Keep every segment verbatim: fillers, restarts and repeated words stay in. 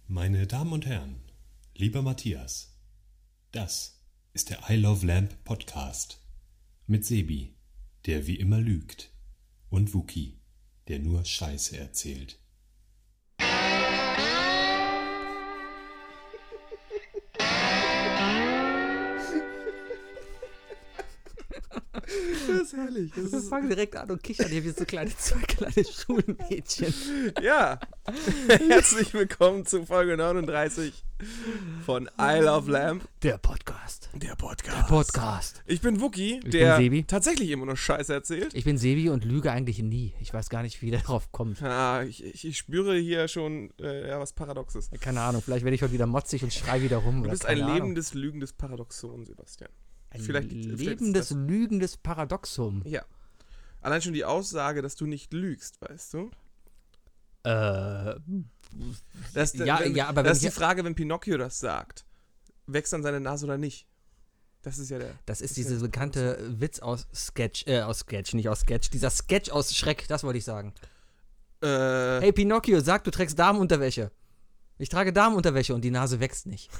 Meine Damen und Herren, lieber Matthias, das ist der I Love Lamp Podcast mit Sebi, der wie immer lügt, und Wookie, der nur Scheiße erzählt. Das ist herrlich. Das Wir ist fangen direkt an und kichern hier wie so kleine, zwei kleine Schulmädchen. ja, herzlich willkommen zu Folge neununddreißig von I Love Lamp. Der Podcast. Der Podcast. Der Podcast. Ich bin Wookie, Ich der bin Sebi. tatsächlich immer nur Scheiße erzählt. Ich bin Sebi und lüge eigentlich nie. Ich weiß gar nicht, wie der drauf kommt. Ja, ich, ich, ich spüre hier schon äh, ja, was Paradoxes. Keine Ahnung, vielleicht werde ich heute wieder motzig und schrei wieder rum. Du oder bist ein keine Ahnung. lebendes, lügendes Paradoxon, Sebastian. Ein Vielleicht- lebendes, vielleicht ist das- lügendes Paradoxum. Ja. Allein schon die Aussage, dass du nicht lügst, weißt du? Äh, Das, Ja, wenn, ja, aber das wenn ist die ich- Frage, wenn Pinocchio das sagt. Wächst dann seine Nase oder nicht? Das ist ja der... das ist ja dieser das bekannte Witz aus Sketch, äh, aus Sketch, nicht aus Sketch. Dieser Sketch aus Schreck, das wollte ich sagen. Äh, Hey Pinocchio, sag, du trägst Damenunterwäsche. Ich trage Damenunterwäsche und die Nase wächst nicht.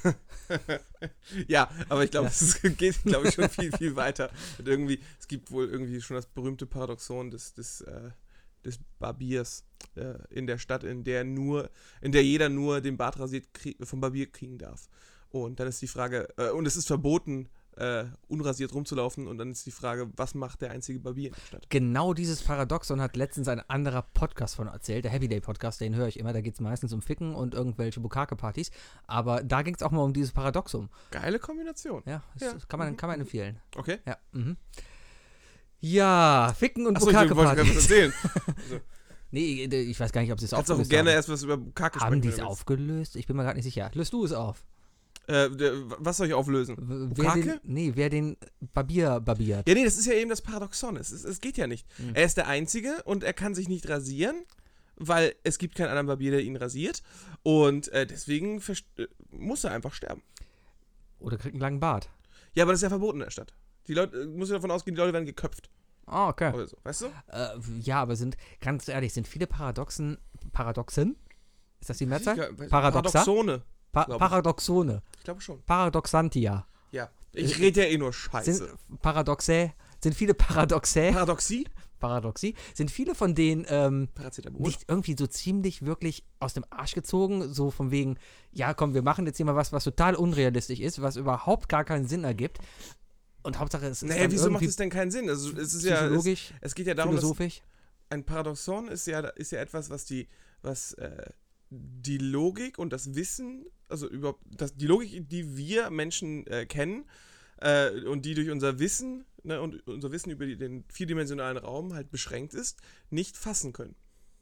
Ja, aber ich glaube, Ja. es geht, glaube ich, schon viel, viel weiter. Und irgendwie, es gibt wohl irgendwie schon das berühmte Paradoxon des, des, äh, des Barbiers äh, in der Stadt, in der nur, in der jeder nur den Bart rasiert krieg, vom Barbier kriegen darf. Und dann ist die Frage, äh, und es ist verboten, äh, unrasiert rumzulaufen. Und dann ist die Frage, was macht der einzige Barbier in der Stadt? Genau dieses Paradoxon hat letztens ein anderer Podcast von erzählt, der Happy Day Podcast, den höre ich immer, da geht es meistens um Ficken und irgendwelche Bukake-Partys, aber da ging es auch mal um dieses Paradoxum. Geile Kombination. Ja, das Ja. kann man, kann man empfehlen. Okay. Ja, mhm. Ja, Ficken und Achso, ich wollte gerade was Bukake-Partys. erzählen. Nee, ich weiß gar nicht, ob sie es Kannst auch aufgelöst gerne haben. erst was über Kacke Haben die wenn es du willst. aufgelöst? Ich bin mir gerade nicht sicher. Löst du es auf. Äh, der, was soll ich auflösen? W- Wer Bukake? den, nee, wer den Barbier barbiert. Ja, nee, das ist ja eben das Paradoxon. Es, es, es geht ja nicht. Mhm. Er ist der Einzige und er kann sich nicht rasieren, weil es gibt keinen anderen Barbier, der ihn rasiert. Und äh, deswegen verst- äh, muss er einfach sterben. Oder kriegt einen langen Bart. Ja, aber das ist ja verboten in der Stadt. Die Leute, äh, muss ja davon ausgehen, die Leute werden geköpft. Ah, okay. Oder so, weißt du? Äh, ja, aber sind, ganz ehrlich, sind viele Paradoxen, Paradoxen? Ist das die Mehrzahl? Ich glaub- Paradoxa? Paradoxone. Pa glaub ich. Paradoxone. Ich glaube schon. Paradoxantia. Ja. Ich rede ja eh nur Scheiße. Sind Paradoxe, sind viele Paradoxe, Paradoxie? Paradoxie, sind viele von denen ähm, Paracetamol. nicht irgendwie so ziemlich wirklich aus dem Arsch gezogen, so von wegen, ja komm, wir machen jetzt hier mal was, was total unrealistisch ist, was überhaupt gar keinen Sinn ergibt. Und Hauptsache es ist Naja, dann wieso macht irgendwie es denn keinen Sinn? Also, es ist ja, es, psychologisch, es geht ja darum, dass philosophisch. ein Paradoxon ist ja, ist ja etwas, was die, was äh, die Logik und das Wissen, also überhaupt, das, die Logik, die wir Menschen äh, kennen äh, und die durch unser Wissen ne, und unser Wissen über die, den vierdimensionalen Raum halt beschränkt ist, nicht fassen können.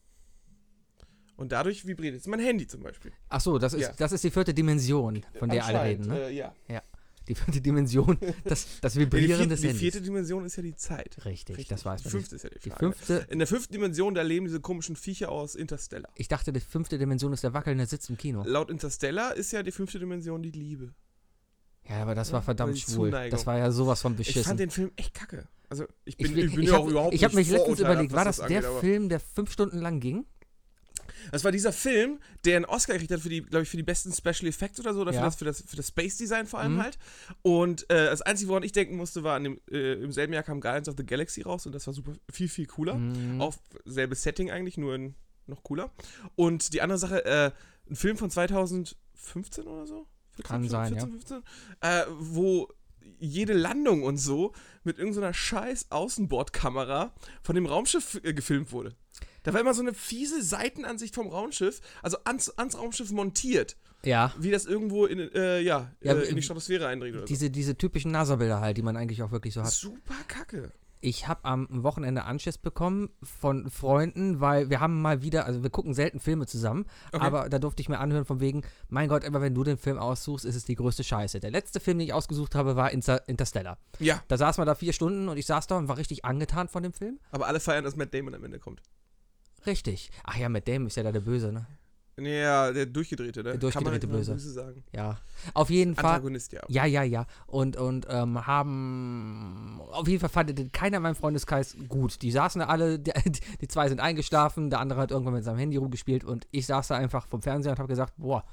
Und dadurch vibriert jetzt mein Handy zum Beispiel. Ach so, das ist, Ja. das ist die vierte Dimension, von der alle reden, Anscheinend, ne? Äh, ja. Die vierte Dimension, das, das Ja, die, Vibrieren vierte, des die Handys. vierte Dimension ist ja die Zeit. Richtig, das weiß Die man. fünfte ist ja die Die Frage. fünfte, In der fünften Dimension, da leben diese komischen Viecher aus Interstellar. ich dachte, die fünfte Dimension ist der wackelnde Sitz im Kino. Laut Interstellar ist ja die fünfte Dimension die Liebe. Ja, aber das war Ja, verdammt die schwul. Zuneigung. Das war ja sowas von Ich beschissen. fand den Film echt kacke. Also ich bin, Ich, ich, bin ich, ja hab- auch überhaupt ich habe nicht mich letztens vorurteilhaft, überlegt, was war das angeht, der aber- Film, der fünf Stunden lang ging? Das war dieser Film, der einen Oscar gekriegt hat für die, glaube ich, für die besten Special Effects oder so, oder Ja. für, das, für, das, für das Space Design vor allem Mhm. halt. Und äh, das Einzige, woran ich denken musste, war, an dem, äh, im selben Jahr kam Guardians of the Galaxy raus und das war super viel, viel cooler. Mhm. Auch selbes Setting eigentlich, nur in, noch cooler. Und die andere Sache, äh, ein Film von zweitausendfünfzehn oder so? vierzehn, Kann sein, vierzehn, fünfzehn? Äh, wo jede Landung und so mit irgendeiner scheiß Außenbordkamera von dem Raumschiff äh, gefilmt wurde. Da war immer so eine fiese Seitenansicht vom Raumschiff, also ans, ans Raumschiff montiert, Ja, wie das irgendwo in, äh, ja, Ja, äh, in die Stratosphäre eindringt oder diese, diese typischen NASA-Bilder halt, die man eigentlich auch wirklich so hat. so. Super kacke. Ich habe am Wochenende Anschiss bekommen von Freunden, weil wir haben mal wieder, also wir gucken selten Filme zusammen, Okay. aber da durfte ich mir anhören von wegen, mein Gott, immer wenn du den Film aussuchst, ist es die größte Scheiße. Der letzte Film, den ich ausgesucht habe, war Inter- Interstellar. Ja, Da saß man da vier Stunden und ich saß da und war richtig angetan von dem Film. aber alle feiern, dass Matt Damon am Ende kommt. Richtig. Ach ja, Matt Damon ist ja da der Böse, ne? Ja, der durchgedrehte, ne? Der durchgedrehte Kann man Böse. Böse sagen. Ja. Auf jeden Fall. Antagonist, ja. Ja, ja, ja. Und, und ähm, haben. Auf jeden Fall fand den keiner in meinem Freundeskreis gut. Die saßen da alle, die, die zwei sind eingeschlafen, der andere hat irgendwann mit seinem Handy rumgespielt und ich saß da einfach vom Fernseher und habe gesagt, boah,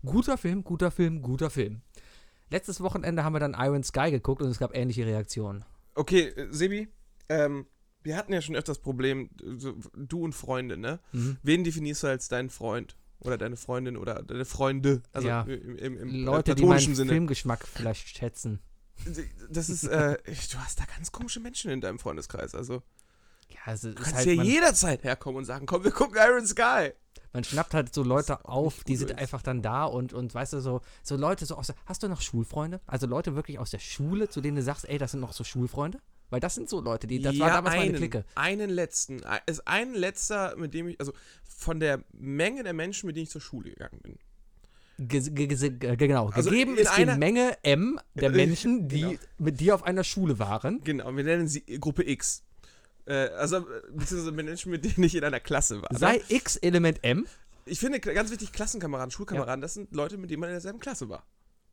Guter Film, guter Film, guter Film. Letztes Wochenende haben wir dann Iron Sky geguckt und es gab ähnliche Reaktionen. Okay, äh, Sebi, ähm, wir hatten ja schon öfters das Problem, so, du und Freunde, ne? Mhm. Wen definierst du als deinen Freund? Oder deine Freundin oder deine Freunde? Also Ja. im, im, im Leute, äh, die meinen platonischen Sinne. Filmgeschmack vielleicht schätzen. Das ist, äh, du hast da ganz komische Menschen in deinem Freundeskreis, also Ja, also du ist kannst halt, hier man, jederzeit herkommen und sagen, komm, wir gucken Iron Sky. man schnappt halt so Leute auch auf, nicht die gut sind ist. einfach dann da und, und weißt du, so, so Leute so aus der, hast du noch Schulfreunde? Also Leute wirklich aus der Schule, zu denen du sagst, ey, das sind noch so Schulfreunde? Weil das sind so Leute, die, das war damals einen, meine Clique. einen letzten, ein- ist ein letzter, mit dem ich, also von der Menge der Menschen, mit denen ich zur Schule gegangen bin. Ge ge ge ge genau, Also gegeben in ist die einer- Menge M der Menschen, die Genau. mit dir auf einer Schule waren. Genau, wir nennen sie Gruppe X. Äh, also, äh, beziehungsweise Menschen, mit denen ich in einer Klasse war. Sei Ne? X Element M. Ich finde ganz wichtig, Klassenkameraden, Schulkameraden, das sind Leute, mit denen man in derselben Klasse war.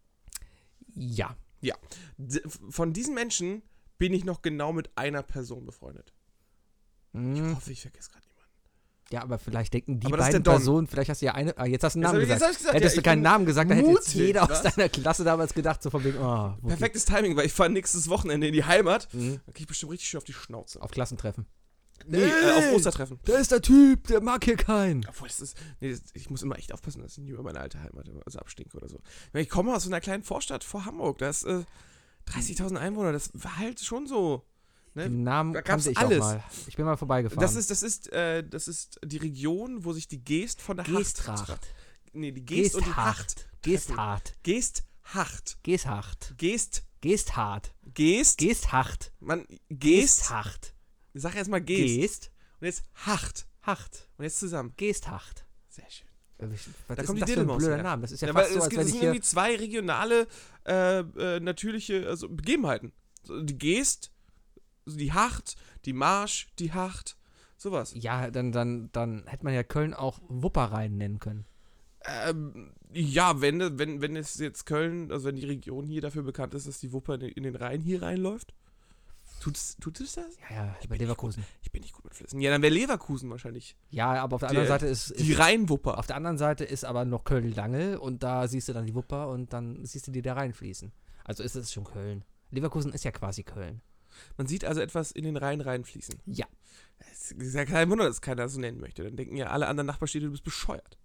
Ja. D von diesen Menschen bin ich noch genau mit einer Person befreundet. Ich Hm. hoffe, ich vergesse gerade niemanden. Ja, aber vielleicht denken die Aber das ist beiden der Don. Personen, vielleicht hast du ja eine, ah, jetzt hast du einen Jetzt Namen hab ich- jetzt gesagt. hab ich gesagt, Hättest ja, du ich keinen bin Namen gesagt, dann hätte jetzt mutig, jeder aus was? deiner Klasse damals gedacht, so von wegen, oh, Wookie. Perfektes Timing, weil ich fahre nächstes Wochenende in die Heimat. Mhm. Da krieg ich bestimmt richtig schön auf die Schnauze. Auf Klassentreffen. Nee, äh, auf Ostertreffen. Da ist der Typ, der mag hier keinen. Obwohl, das ist, nee, das, ich muss immer echt aufpassen, dass ich nicht über meine alte Heimat also abstinke oder so. Ich komme aus so einer kleinen Vorstadt vor Hamburg, da ist äh, dreißigtausend Einwohner, das war halt schon so. Ne? Den Namen Da gab's kannte ich alles. auch mal. Ich bin mal vorbeigefahren. Das ist, das ist, äh, das ist die Region, wo sich die Geest von der Hacht Geesthacht. treffen. Nee, die Geest und die Hacht. Geesthacht. Geesthacht. Geesthacht. Geest, Geesthacht. Geest, Geesthacht. man, Geest, Geesthacht. sag erstmal Geest. Geest. Und jetzt Hacht. Hacht. Und jetzt zusammen. Geesthacht. Sehr schön. Was Da ist kommt denn die das für ein Diddelmaus blöder her. Name? Das ist ja, Ja, fast weil so, es, als gibt- wenn es ich sind hier... irgendwie zwei regionale, äh, äh, natürliche also Begebenheiten. So, die Geest, also die Hacht, die Marsch, die Hacht, sowas. Ja, dann, dann, dann hätte man ja Köln auch Wupperrhein nennen können. Ähm, ja, wenn, wenn, wenn es jetzt Köln, also wenn die Region hier dafür bekannt ist, dass die Wupper in den- in den Rhein hier reinläuft, tut's, tut es das? Ja, ja, bei Leverkusen. Ich bin nicht gut mit Flüssen. Ja, dann wäre Leverkusen wahrscheinlich. Ja, aber auf der Die- anderen Seite ist, Die ist Rheinwupper. auf der anderen Seite ist aber noch Köln-Lange und da siehst du dann die Wupper und dann siehst du die da reinfließen. Also ist es schon Köln. Leverkusen ist ja quasi Köln. Man sieht also etwas in den Rhein reinfließen. Ja. Es ist ja kein Wunder, dass keiner das so nennen möchte. Dann denken ja alle anderen Nachbarstädte, du bist bescheuert.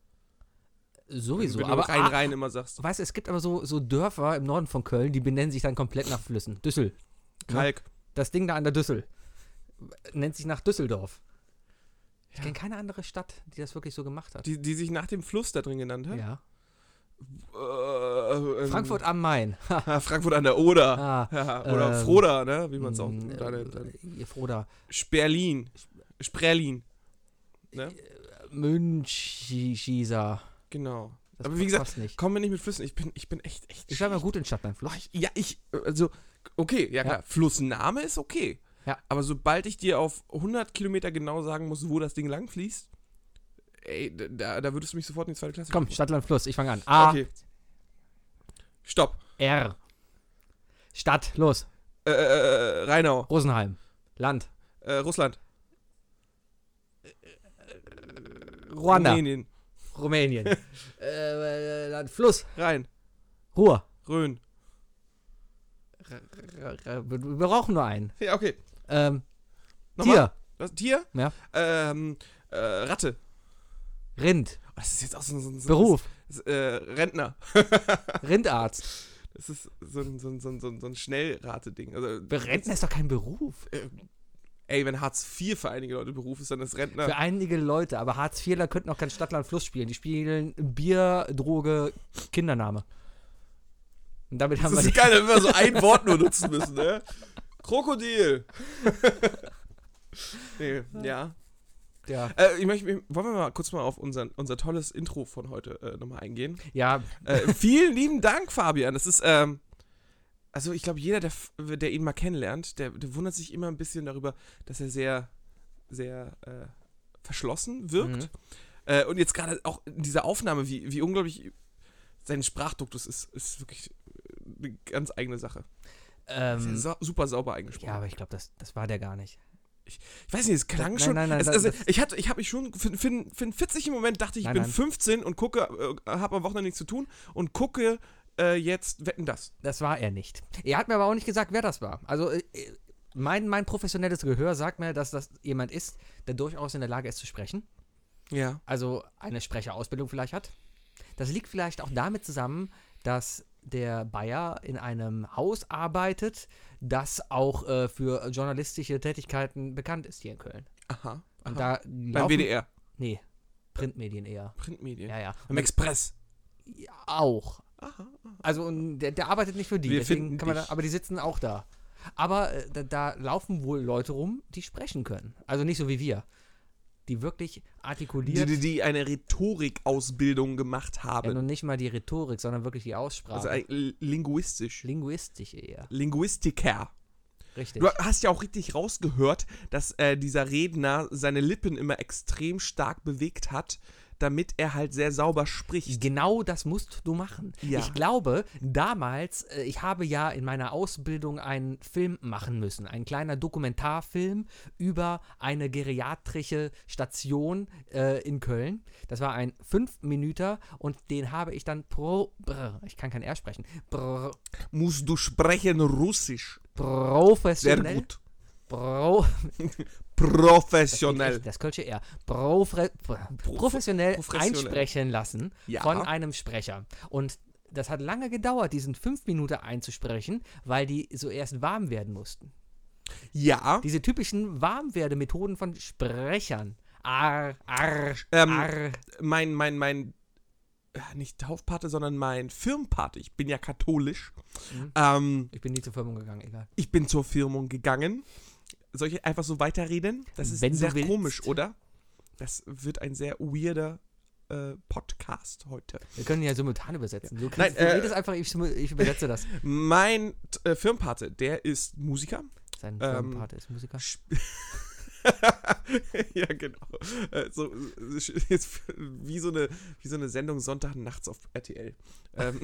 Sowieso. Wenn du aber Rhein, ah, Rhein immer sagst. weißt du, es gibt aber so, so Dörfer im Norden von Köln, die benennen sich dann komplett nach Flüssen. Düssel. Kalk. Das Ding da an der Düssel. Nennt sich nach Düsseldorf. Ich Ja. kenne keine andere Stadt, die das wirklich so gemacht hat. Die, die sich nach dem Fluss da drin genannt hat. Ja. Äh, ähm, Frankfurt am Main. ah, Frankfurt an der Oder. ah, Ja, oder ähm, Froda, ne? Wie man es auch. mh, Da, da, äh, da. ihr Froda. Sperlin. Sprerlin. Ne? Münchschießer. Genau. Das Aber wie gesagt, passt nicht. kommen wir nicht mit Flüssen. Ich bin, ich bin echt, echt. Ich war mal schlecht. gut in Stadtlandfluss. Oh, ich, ja, ich, also, okay, ja klar, Ja. Flussname ist okay. Ja. Aber sobald ich dir auf hundert Kilometer genau sagen muss, wo das Ding lang fließt, ey, da, da würdest du mich sofort in die zweite Klasse Komm, schicken. Stadtlandfluss, ich fange an. A, Okay. Stopp. R. Stadt, los. Äh, äh, Rheinau. Rosenheim. Land. Äh, Russland. Ruanda. Rumänien. Rumänien. äh, Land, Fluss. Rhein. Ruhr. Rhön. Wir wir brauchen nur einen. Ja, okay. Ähm, Nochmal? Tier. Was, Tier? Ja. Ähm, äh, Ratte. Rind. Oh, das ist jetzt auch so, so, so Beruf. Das, ist, äh, Rentner. Rindarzt. Das ist so ein, so ein, so ein, so ein, so ein Schnellrate-Ding. Also, Rentner ist doch kein Beruf. äh, ey, wenn Hartz vier für einige Leute Beruf ist, dann ist Rentner. Für einige Leute, aber Hartz-IVler könnten auch kein Stadtland-Fluss spielen. Die spielen Bier, Droge, Kindername. Und damit Das haben wir ist die, geil, wenn wir so ein Wort nur nutzen müssen, ne? Krokodil. Nee, ja. ja. Äh, ich möchte, wollen wir mal kurz mal auf unser, unser tolles Intro von heute äh, nochmal eingehen? ja, Äh, vielen lieben Dank, Fabian. Das ist, ähm, also ich glaube, jeder, der, f- der ihn mal kennenlernt, der, der wundert sich immer ein bisschen darüber, dass er sehr, sehr äh, verschlossen wirkt. Mhm. Äh, und jetzt gerade auch in dieser Aufnahme, wie, wie unglaublich sein Sprachduktus ist, ist wirklich eine ganz eigene Sache. ähm, Ist ja sa super sauber eingesprochen. ja, aber ich glaube, das, das war der gar nicht. Ich, ich weiß nicht, es klang Nein, schon. nein, nein, es, das- also, das- ich hatte, ich habe mich schon für, für, für einen vierzigen Moment dachte ich, ich Nein, bin nein. fünfzehn und gucke, äh, habe am Wochenende nichts zu tun und gucke äh, jetzt Wetten, das. Das war er nicht. Er hat mir aber auch nicht gesagt, wer das war. Also äh, mein, mein professionelles Gehör sagt mir, dass das jemand ist, der durchaus in der Lage ist zu sprechen. Ja. Also eine Sprecherausbildung vielleicht hat. Das liegt vielleicht auch damit zusammen, dass der Bayer in einem Haus arbeitet, das auch äh, für journalistische Tätigkeiten bekannt ist hier in Köln. Aha. Und aha. da Beim laufen, W D R. Nee, Printmedien eher. Printmedien. Ja, ja. Im Express. Ja, auch. Aha. aha. Also und der, der arbeitet nicht für die, Wir deswegen finden kann man da, dich. aber die sitzen auch da. Aber äh, da, da laufen wohl Leute rum, die sprechen können. Also nicht so wie wir. Die wirklich Die, artikuliert, die, die eine Rhetorikausbildung gemacht haben. ja, nun nicht mal die Rhetorik, sondern wirklich die Aussprache. also ein, l- linguistisch. Linguistisch eher. Linguistiker. Richtig. Du hast ja auch richtig rausgehört, dass äh, dieser Redner seine Lippen immer extrem stark bewegt hat, damit er halt sehr sauber spricht. Genau das musst du machen. Ja. Ich glaube, damals, äh, ich habe ja in meiner Ausbildung einen Film machen müssen. Ein kleiner Dokumentarfilm über eine geriatrische Station äh, in Köln. Das war ein Fünf-Minüter und den habe ich dann pro... Brr, ich kann kein R sprechen. Brr, Musst du sprechen Russisch. Sehr professionell. gut. Pro, Professionell. Das, das Kölsche R. Profre, professionell professionell. einsprechen lassen Ja. von einem Sprecher. Und das hat lange gedauert, diesen fünf Minuten einzusprechen, weil die so erst warm werden mussten. Ja. Diese typischen Warmwerdemethoden von Sprechern. Ar, ar, Ähm, ar. Mein, mein, mein, äh, nicht Taufpate, sondern mein Firmenpate. Ich bin ja katholisch. Mhm. Ähm, Ich bin nie zur Firmung gegangen, egal. ich bin zur Firmung gegangen. Soll ich einfach so weiterreden? Das ist Wenn du sehr willst. komisch, oder? Das wird ein sehr weirder äh, Podcast heute. Wir können ja simultan übersetzen. Du, Nein, kannst, du äh, redest einfach, ich, simu- ich übersetze das. Mein äh, Firmenpate, der ist Musiker. Sein Ähm, Firmenpate ist Musiker. Sp- ja, genau. Äh, so, äh, jetzt wie, so eine, wie so eine Sendung Sonntagnachts auf R T L. Ähm,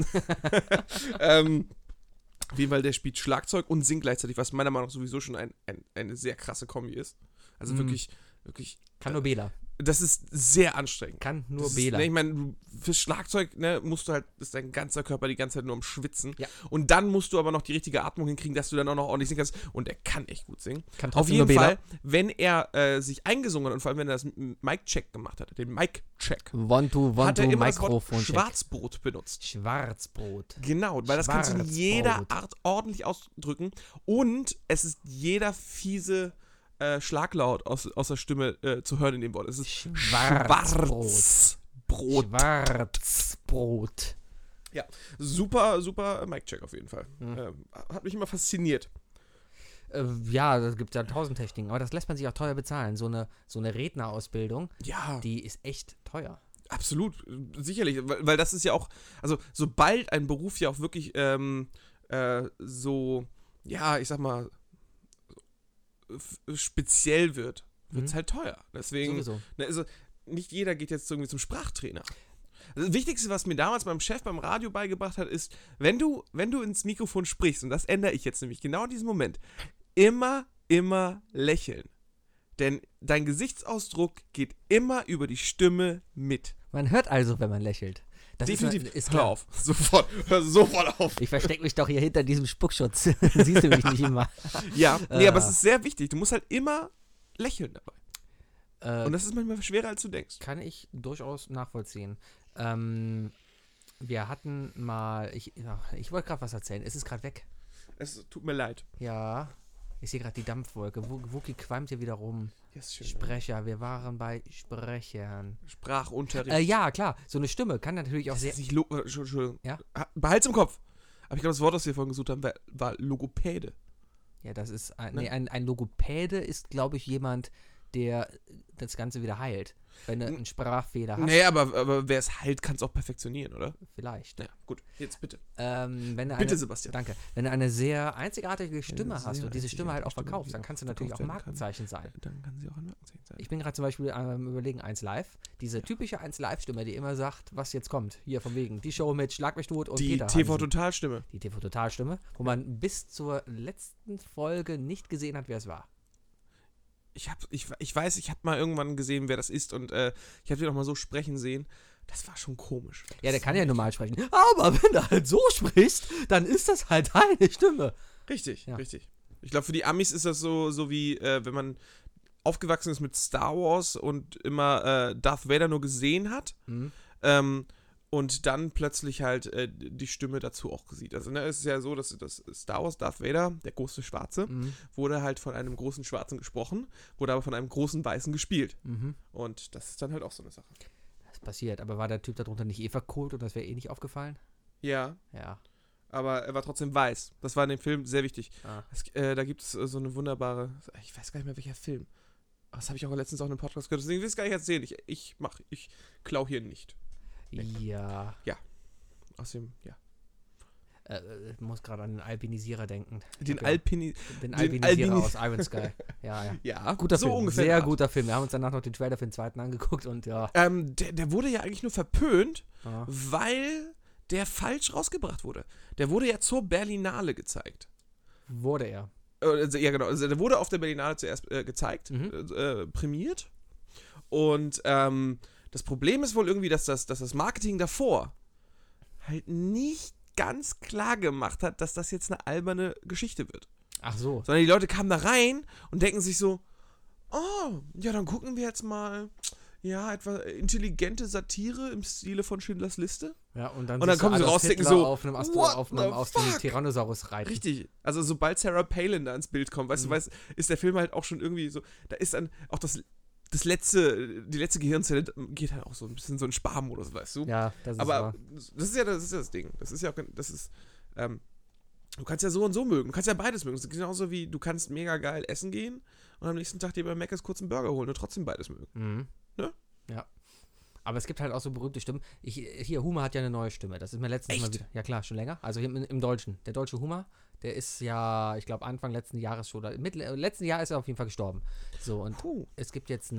ähm, auf jeden Fall, der spielt Schlagzeug und singt gleichzeitig, was meiner Meinung nach sowieso schon ein, ein, eine sehr krasse Kombi ist. Also Mhm. wirklich, wirklich, Kann nur Bela. das ist sehr anstrengend. Kann nur Das ist, Bela. ne, ich meine, du- fürs Schlagzeug ne, musst du halt, ist dein ganzer Körper die ganze Zeit nur am Schwitzen. Ja. Und dann musst du aber noch die richtige Atmung hinkriegen, dass du dann auch noch ordentlich singen kannst. Und er kann echt gut singen. Kann Auf trotzdem jeden nur Bela. Fall, wenn er äh, sich eingesungen hat und vor allem, wenn er das Mic-Check gemacht hat, den Mic-Check, Want to, hat want er to, immer das Wort Mikrofon. Schwarzbrot benutzt. Schwarzbrot. Genau, weil das kannst du in Schwarzbrot. jeder Art ordentlich ausdrücken. Und es ist jeder fiese äh, Schlaglaut aus, aus der Stimme äh, zu hören in dem Wort. Es ist Schwarzbrot. Schwarzbrot. Schwarzbrot. Super, super Mic-Check auf jeden Fall. Mhm. Ähm, hat mich immer fasziniert. Äh, ja, da gibt es ja tausend Techniken, aber das lässt man sich auch teuer bezahlen. So eine, so eine Rednerausbildung, Ja, die ist echt teuer. absolut. Sicherlich. Weil, weil das ist ja auch, also sobald ein Beruf ja auch wirklich ähm, äh, so, ja, ich sag mal, f- speziell wird, wird es Mhm. halt teuer. Deswegen, Sowieso. ne, also nicht jeder geht jetzt irgendwie zum Sprachtrainer. Das Wichtigste, was mir damals mein Chef beim Radio beigebracht hat, ist, wenn du, wenn du ins Mikrofon sprichst, und das ändere ich jetzt nämlich genau in diesem Moment, immer, immer lächeln. Denn dein Gesichtsausdruck geht immer über die Stimme mit. Man hört also, wenn man lächelt. Das Definitiv. Ist, ist Hör klar. auf. Sofort. Hör sofort auf. Ich verstecke mich doch hier hinter diesem Spuckschutz. Siehst du mich nicht immer. Ja, nee, Äh. aber es ist sehr wichtig. Du musst halt immer lächeln dabei. Äh, Und das ist manchmal schwerer, als du denkst. kann ich durchaus nachvollziehen. Ähm, wir hatten mal, ich, ach, ich wollte gerade was erzählen. Es ist gerade weg. Es tut mir leid. Ja, ich sehe gerade die Dampfwolke. Wu- Wookie qualmt hier wieder rum. Ja, ist schön. Sprecher, wir waren bei Sprechern. Sprachunterricht. Äh, ja, klar, so eine Stimme kann natürlich auch Das sehr... ist nicht Lo äh, Entschuldigung. Ja? Ha- Behalt's im Kopf. Aber ich glaube, das Wort, das wir vorhin gesucht haben, war, war Logopäde. Ja, das ist ein, Ne? nee, ein, ein Logopäde ist, glaube ich, jemand, der das Ganze wieder heilt. Wenn du einen Sprachfehler hast, Nee, aber, aber wer es heilt, kann es auch perfektionieren, oder? vielleicht. Ja, gut. Jetzt bitte. Ähm, wenn du Bitte, eine, Sebastian. Danke. Wenn du eine sehr einzigartige Stimme eine hast sehr und diese Stimme halt auch einzigartige Stimme, verkaufst, die dann auch kannst du natürlich auch verkauft werden kann. Markenzeichen sein. Dann kann sie auch ein Markenzeichen sein. Ich bin gerade zum Beispiel am Überlegen eins Live. Diese typische eins Live-Stimme, die immer sagt, was jetzt kommt. Hier von wegen. Die Show mit Schlag mich tot und Die Peter T Hansen. V-Totalstimme. Die T V-Totalstimme, wo man bis zur letzten Folge nicht gesehen hat, wer es war. ich, hab, ich, ich weiß, ich habe mal irgendwann gesehen, wer das ist und äh, ich habe den auch mal so sprechen sehen. Das war schon komisch. Ja, der kann ja normal sprechen. Aber wenn du halt so sprichst, dann ist das halt deine Stimme. Richtig, Ja. richtig. Ich glaube, für die Amis ist das so, so wie, äh, wenn man aufgewachsen ist mit Star Wars und immer äh, Darth Vader nur gesehen hat. Mhm. Ähm, und dann plötzlich halt äh, die Stimme dazu auch sieht. Also ne, es ist ja so, dass das Star Wars, Darth Vader, der große Schwarze, Mhm. wurde halt von einem großen Schwarzen gesprochen, wurde aber von einem großen Weißen gespielt. Mhm. Und das ist dann halt auch so eine Sache. Das passiert. Aber war der Typ darunter nicht eh verkohlt und das wäre eh nicht aufgefallen? Ja, Ja. aber er war trotzdem weiß. Das war in dem Film sehr wichtig. Ah. Es, äh, da gibt es äh, so eine wunderbare, ich weiß gar nicht mehr welcher Film. Aber das habe ich auch letztens auch in einem Podcast gehört, deswegen will ich es gar nicht erzählen. Ich, ich mach, ich klau hier nicht. Ja. Aus dem, ja. Äh, ich muss gerade an den Alpinisierer denken. Ich Den hab ja Alpini... Den den Alpinisierer Albini- aus Iron Sky. Ja, ja. Ja, Guter so Film. ungefähr. Sehr Art. guter Film. Wir haben uns danach noch den Trailer für den zweiten angeguckt und ja. Ähm, der, der wurde ja eigentlich nur verpönt, ja. weil der falsch rausgebracht wurde. Der wurde ja zur Berlinale gezeigt. Wurde er. Äh, Also, ja, genau. Also, der wurde auf der Berlinale zuerst äh, gezeigt, Mhm. äh, prämiert. Und ähm, das Problem ist wohl irgendwie, dass das, dass das Marketing davor halt nicht ganz klar gemacht hat, dass das jetzt eine alberne Geschichte wird. Ach so. Sondern die Leute kamen da rein und denken sich so, oh, ja, dann gucken wir jetzt mal, ja, etwa intelligente Satire im Stile von Schindlers Liste. Ja, und dann, Und dann siehst du kommen sie Adolf raus, denken Hitler so, auf einem, Astro, what auf einem the aus dem fuck? Tyrannosaurus reiten. Richtig. Also sobald Sarah Palin da ins Bild kommt, weißt Mhm. du, weißt, ist der Film halt auch schon irgendwie so, da ist dann auch das, das letzte, die letzte Gehirnzelle geht halt auch so ein bisschen so in Sparmodus, weißt du. Ja, das ist Aber wahr. das ist ja das, ist ja das Ding. Das ist ja auch, das ist, ähm, du kannst ja so und so mögen. Du kannst ja beides mögen. Das ist genauso wie, du kannst mega geil essen gehen und am nächsten Tag dir bei Mc's kurz einen Burger holen und trotzdem beides mögen. Mhm. Ne? Ja. Aber es gibt halt auch so berühmte Stimmen. Ich, hier, Humor hat ja eine neue Stimme. Das ist mir letztens Echt? mal wieder. Ja, klar, schon länger. Also hier im, im Deutschen. Der deutsche Humor, der ist ja, ich glaube, Anfang letzten Jahres schon. Oder mit, äh, letzten Jahr ist er auf jeden Fall gestorben. So, und Puh. es gibt jetzt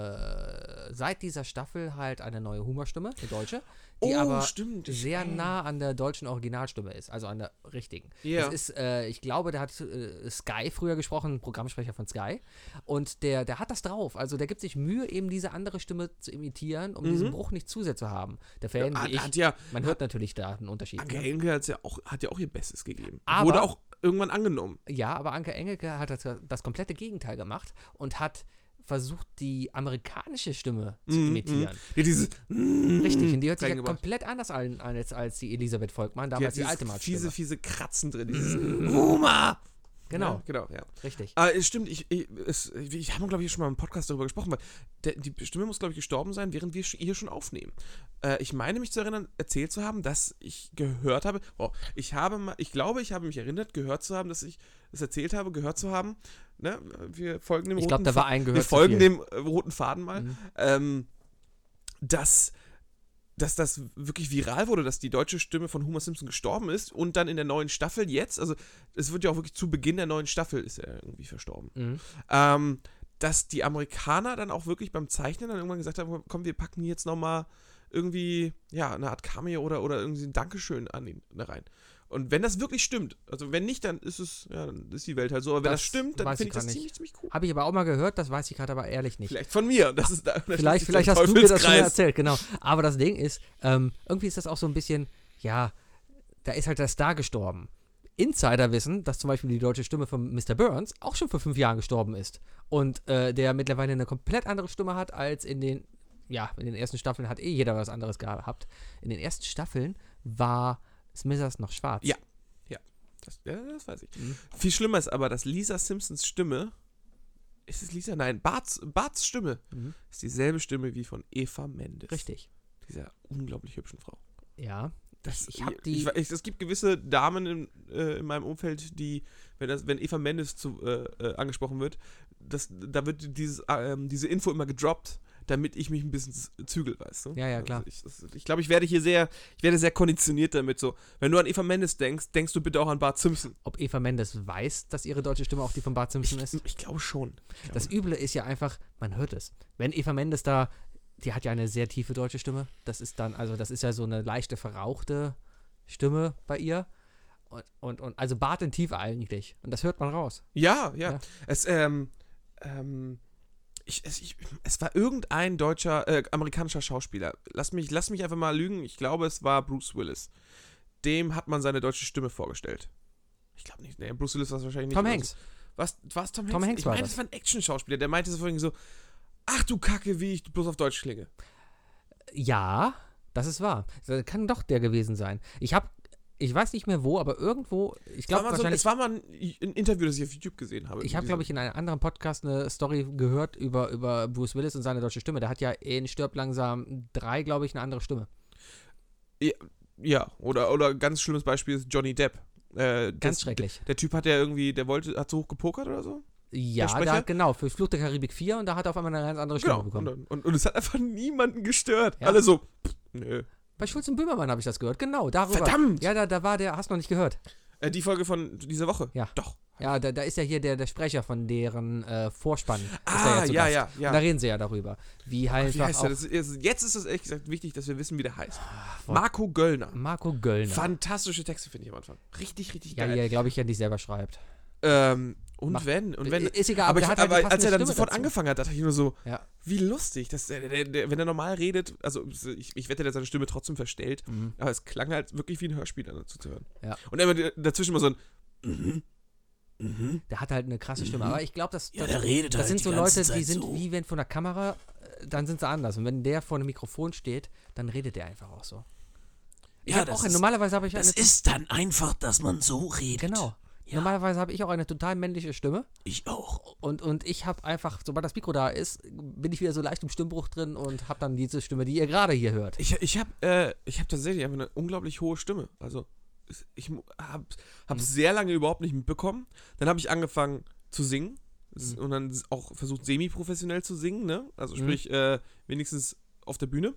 eine, seit dieser Staffel halt eine neue Humorstimme, eine deutsche, die Oh, aber stimmt. Ich- sehr nah an der deutschen Originalstimme ist, also an der richtigen. Ja. Das ist, äh, ich glaube, der hat äh, Sky früher gesprochen, ein Programmsprecher von Sky, und der, der hat das drauf. Also der gibt sich Mühe, eben diese andere Stimme zu imitieren, um Mhm. diesen Bruch nicht zu sehr zu haben. Der Fan, hat, wie ich, hat ja, man hört natürlich da einen Unterschied. Anke Ne? Engelke hat's ja auch, hat ja auch ihr Bestes gegeben. Aber- Wurde auch irgendwann angenommen. Ja, aber Anke Engelke hat das, das komplette Gegenteil gemacht und hat versucht, die amerikanische Stimme zu Mhm, imitieren. Ja, dieses Richtig, und die hört sich ja reingebracht. komplett anders an als, als die Elisabeth Volkmann, Die hat damals die, dieses alte Marktstimme. fiese, fiese Kratzen drin. Dieses Humor. Genau, Ja, genau, ja. richtig. Ah, es stimmt, ich, ich, es, ich habe, glaube ich, schon mal im Podcast darüber gesprochen, weil der, die Stimme muss, glaube ich, gestorben sein, während wir sch- hier schon aufnehmen. Äh, ich meine mich zu erinnern, erzählt zu haben, dass ich gehört habe, oh, ich habe mal, ich glaube, ich habe mich erinnert, gehört zu haben, dass ich es erzählt habe, gehört zu haben, ne, wir folgen dem Ich roten glaube, da war ein wir Gehört zu folgen viel. dem äh, roten Faden mal, Mhm. ähm, dass dass das wirklich viral wurde, dass die deutsche Stimme von Homer Simpson gestorben ist und dann in der neuen Staffel jetzt, also es wird ja auch wirklich zu Beginn der neuen Staffel ist er irgendwie verstorben, Mhm. ähm, dass die Amerikaner dann auch wirklich beim Zeichnen dann irgendwann gesagt haben, komm, wir packen hier jetzt nochmal irgendwie, ja, eine Art Cameo oder, oder irgendwie ein Dankeschön an ihn da rein. Und wenn das wirklich stimmt, also wenn nicht, dann ist es, ja, dann ist die Welt halt so, aber wenn das, Das stimmt, dann weiß finde ich ich das gar ziemlich, ziemlich cool. Habe ich aber auch mal gehört, das weiß ich gerade aber ehrlich nicht. Vielleicht von mir, das ist da, da schließt Vielleicht, sich vielleicht der hast du mir das schon Teufelskreis. erzählt, genau. Aber das Ding ist, ähm, irgendwie ist das auch so ein bisschen, ja, da ist halt der Star gestorben. Insider wissen, dass zum Beispiel die deutsche Stimme von Mister Burns auch schon vor fünf Jahren gestorben ist. Und äh, der mittlerweile eine komplett andere Stimme hat als in den, ja, in den ersten Staffeln hat eh jeder was anderes gehabt. In den ersten Staffeln war Smithers noch schwarz. Ja. Das, ja, das weiß ich. Mhm. Viel schlimmer ist aber, dass Lisa Simpsons Stimme, ist es Lisa? Nein, Barts, Barts Stimme Mhm. ist dieselbe Stimme wie von Eva Mendes. Richtig. Dieser unglaublich hübschen Frau. Ja. Das, Ich hab ich, die- ich, es gibt gewisse Damen in, äh, in meinem Umfeld, die, wenn, das, wenn Eva Mendes zu, äh, äh, angesprochen wird, das, da wird dieses, äh, diese Info immer gedroppt, damit ich mich ein bisschen z- zügel, weißt du? Ja, ja, klar. Also ich das- ich glaube, ich werde hier sehr, ich werde sehr konditioniert damit. So, wenn du an Eva Mendes denkst, denkst du bitte auch an Bart Simpson. Ob Eva Mendes weiß, dass ihre deutsche Stimme auch die von Bart Simpson ist? Ich glaube schon. Ich glaube. Das Üble ist ja einfach, man hört es. Wenn Eva Mendes da, die hat ja eine sehr tiefe deutsche Stimme. Das ist dann, also das ist ja so eine leichte verrauchte Stimme bei ihr. Und, und, und also Bart in Tiefe eigentlich. Und das hört man raus. Ja, ja. Ja. Es, ähm, ähm, ich, es, ich, es war irgendein deutscher, äh, amerikanischer Schauspieler. Lass mich, lass mich einfach mal lügen. Ich glaube, es war Bruce Willis. Dem hat man seine deutsche Stimme vorgestellt. Ich glaube nicht. Nee, Bruce Willis war es wahrscheinlich nicht. Tom Hanks. Was, was Tom Hanks? Tom Hanks ich war meine, das. das war ein Action-Schauspieler. Der meinte so vorhin so, ach du Kacke, wie ich bloß auf Deutsch klinge. Ja, das ist wahr. Das kann doch der gewesen sein. Ich habe, ich weiß nicht mehr wo, aber irgendwo, ich glaube So, wahrscheinlich... es war mal ein, ein Interview, das ich auf YouTube gesehen habe. Ich habe, glaube ich, in einem anderen Podcast eine Story gehört über, über Bruce Willis und seine deutsche Stimme. Der hat ja in Stirb langsam drei, glaube ich, eine andere Stimme. Ja, ja, oder, oder ganz schlimmes Beispiel ist Johnny Depp. Äh, Ganz das, schrecklich. Der Typ hat ja irgendwie, der wollte, hat so hoch gepokert oder so? Ja, Sprecher? da, genau, für Fluch der Karibik vier und da hat er auf einmal eine ganz andere Stimme Genau. bekommen. Und, und, und es hat einfach niemanden gestört. Ja. Alle so, pff, nö. Bei Schulz und Böhmermann habe ich das gehört, genau, darüber. Verdammt! Ja, da, da war der, hast du noch nicht gehört. Äh, die Folge von dieser Woche? Ja. Doch. Ja, da, da ist ja hier der, der Sprecher von deren äh, Vorspann. Ist da Ah, zu ja, Gast. ja, ja. Und da reden sie ja darüber. Wie halt Wie heißt auch der? Das ist, jetzt ist es ehrlich gesagt wichtig, dass wir wissen, wie der heißt. Wort- Marco Göllner. Marco Göllner. Fantastische Texte, finde ich am Anfang. Richtig, richtig Ja, geil. die er, glaube ich, ja nicht selber schreibt. Ähm, und Macht- wenn, und wenn. Ist egal, aber ich, der hat halt aber eine als er passende dann Stimme sofort dazu. angefangen hat, dachte ich nur so, Ja. wie lustig. Dass der, der, der, wenn er normal redet, also ich, ich wette, der hat seine Stimme trotzdem verstellt, Mhm. aber es klang halt wirklich wie ein Hörspiel dann dazu zu hören. Ja. Und immer dazwischen immer so ein mhm, mhm. Der hat halt eine krasse Stimme. Aber ich glaube, das, Ja, das, der redet das halt sind die so ganze Leute, die Zeit sind so. wie wenn vor der Kamera, äh, dann sind sie anders. Und wenn der vor einem Mikrofon steht, dann redet der einfach auch so. Ich Ja, hab das auch, ist- normalerweise habe ich Das eine. ist dann einfach, dass man so redet. Genau. Ja. Normalerweise habe ich auch eine total männliche Stimme. Ich auch. Und, und ich habe einfach, sobald das Mikro da ist, bin ich wieder so leicht im Stimmbruch drin und habe dann diese Stimme, die ihr gerade hier hört. Ich, ich habe äh, ich hab tatsächlich einfach eine unglaublich hohe Stimme. Also ich habe hab Mhm. sehr lange überhaupt nicht mitbekommen. Dann habe ich angefangen zu singen Mhm. und dann auch versucht semi-professionell zu singen, ne? Also Mhm. sprich äh, wenigstens auf der Bühne.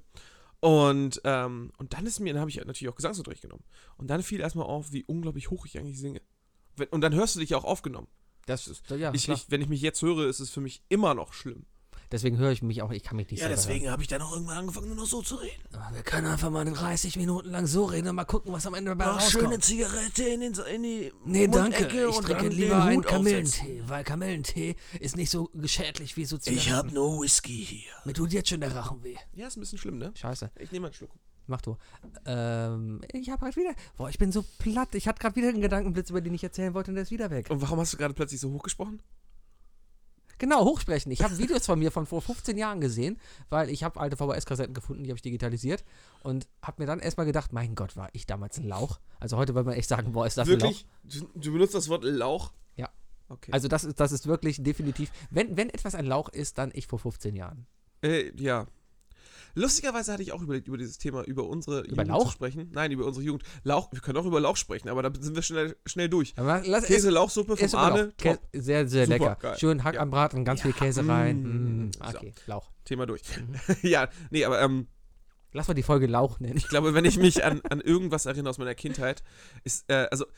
Und, ähm, und dann ist mir, dann habe ich natürlich auch Gesangsunterricht genommen. Und dann fiel erstmal auf, wie unglaublich hoch ich eigentlich singe. Wenn, und dann hörst du dich ja auch aufgenommen. Das ist, ja, ich, klar. ich, wenn ich mich jetzt höre, ist es für mich immer noch schlimm. Deswegen höre ich mich auch, ich kann mich nicht Ja, selber deswegen habe ich dann auch irgendwann angefangen, nur noch so zu reden. hören. Wir können einfach mal dreißig Minuten lang so reden und mal gucken, was am Ende dabei Noch schöne rauskommt. Zigarette in, den, in die Nee, danke. Mundecke Ich und trinke dann lieber den einen Hut aufsetzen. Kamillentee, weil Kamillentee ist nicht so schädlich wie so Zigaretten. Ich habe nur Whisky hier. Mir tut jetzt schon der Rachen weh. Ja, ist ein bisschen schlimm, ne? Scheiße. Ich nehme mal einen Schluck. Mach du. Ähm, ich habe halt wieder. Boah, ich bin so platt. Ich hatte gerade wieder einen Gedankenblitz, über den ich erzählen wollte, und der ist wieder weg. Und warum hast du gerade plötzlich so hochgesprochen? Genau, hochsprechen. Ich habe Videos von mir von vor fünfzehn Jahren gesehen, weil ich habe alte V H S-Kassetten gefunden, die habe ich digitalisiert und habe mir dann erstmal gedacht, mein Gott, war ich damals ein Lauch. Also heute würde man echt sagen, boah, ist das ein Lauch. Wirklich? Du, du benutzt das Wort Lauch? Ja. Okay. Also das ist, das ist wirklich definitiv, wenn, wenn etwas ein Lauch ist, dann ich vor fünfzehn Jahren. Äh, ja. Lustigerweise hatte ich auch überlegt, über dieses Thema, über unsere Über Jugend Lauch? zu sprechen. Nein, über unsere Jugend. Lauch, wir können auch über Lauch sprechen, aber da sind wir schnell, schnell durch. Aber lass, Käse, Lauchsuppe vom Ess- ess Arne, Lauch. Kä- top. sehr, sehr Super, lecker. geil. Schön Hack Ja. am Braten, ganz viel Käse rein. mm, Mm, so. okay, Lauch. Thema durch. Mhm. ja, nee, aber ähm, Lass mal die Folge Lauch nennen. ich glaube, wenn ich mich an, an irgendwas erinnere aus meiner Kindheit, ist, äh, also,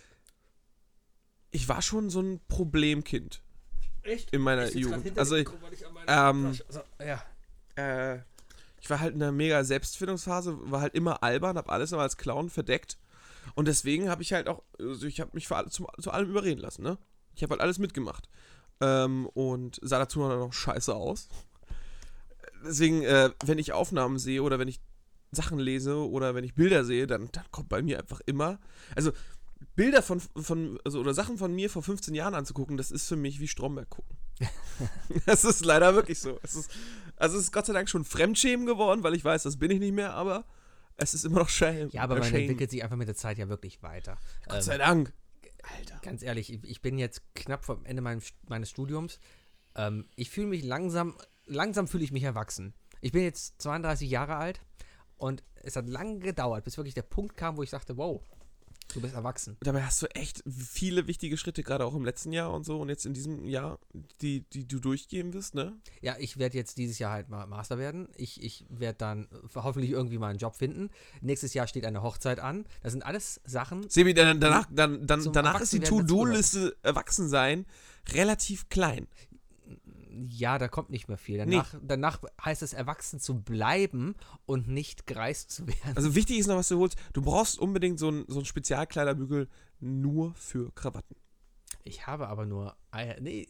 ich war schon so ein Problemkind. Echt? In meiner Jugend. Also, ähm, Also, ja. äh, ich war halt in einer mega Selbstfindungsphase, war halt immer albern, hab alles immer als Clown verdeckt. Und deswegen habe ich halt auch, also ich habe mich für alle, zu, zu allem überreden lassen, ne? Ich habe halt alles mitgemacht. Ähm, und sah dazu noch scheiße aus. Deswegen, äh, wenn ich Aufnahmen sehe oder wenn ich Sachen lese oder wenn ich Bilder sehe, dann, dann kommt bei mir einfach immer, also Bilder von, von also, oder Sachen von mir vor fünfzehn Jahren anzugucken, das ist für mich wie Stromberg gucken. Das ist leider wirklich so. Es ist, also es ist Gott sei Dank schon Fremdschämen geworden, weil ich weiß, das bin ich nicht mehr, aber es ist immer noch Shame. Ja, aber man Shame. entwickelt sich einfach mit der Zeit ja wirklich weiter. Gott sei Dank. Alter. Ganz ehrlich, ich, ich bin jetzt knapp vom Ende meines, meines Studiums. Ähm, ich fühle mich langsam, langsam fühle ich mich erwachsen. Ich bin jetzt zweiunddreißig Jahre alt und es hat lange gedauert, bis wirklich der Punkt kam, wo ich sagte, wow, du bist erwachsen. Dabei hast du echt viele wichtige Schritte, gerade auch im letzten Jahr und so und jetzt in diesem Jahr, die, die du durchgehen wirst, ne? Ja, ich werde jetzt dieses Jahr halt mal Master werden. Ich, ich werde dann hoffentlich irgendwie mal einen Job finden. Nächstes Jahr steht eine Hochzeit an. Das sind alles Sachen. Sebi, dann, danach, dann, dann, Zum danach ist die Erwachsenwerden To-Do-Liste Erwachsensein relativ klein. Ja, da kommt nicht mehr viel. Danach, danach heißt es, erwachsen zu bleiben und nicht greist zu werden. Also wichtig ist noch, was du holst. Du brauchst unbedingt so einen so einen Spezialkleiderbügel nur für Krawatten. Ich habe aber nur Eier. Nee,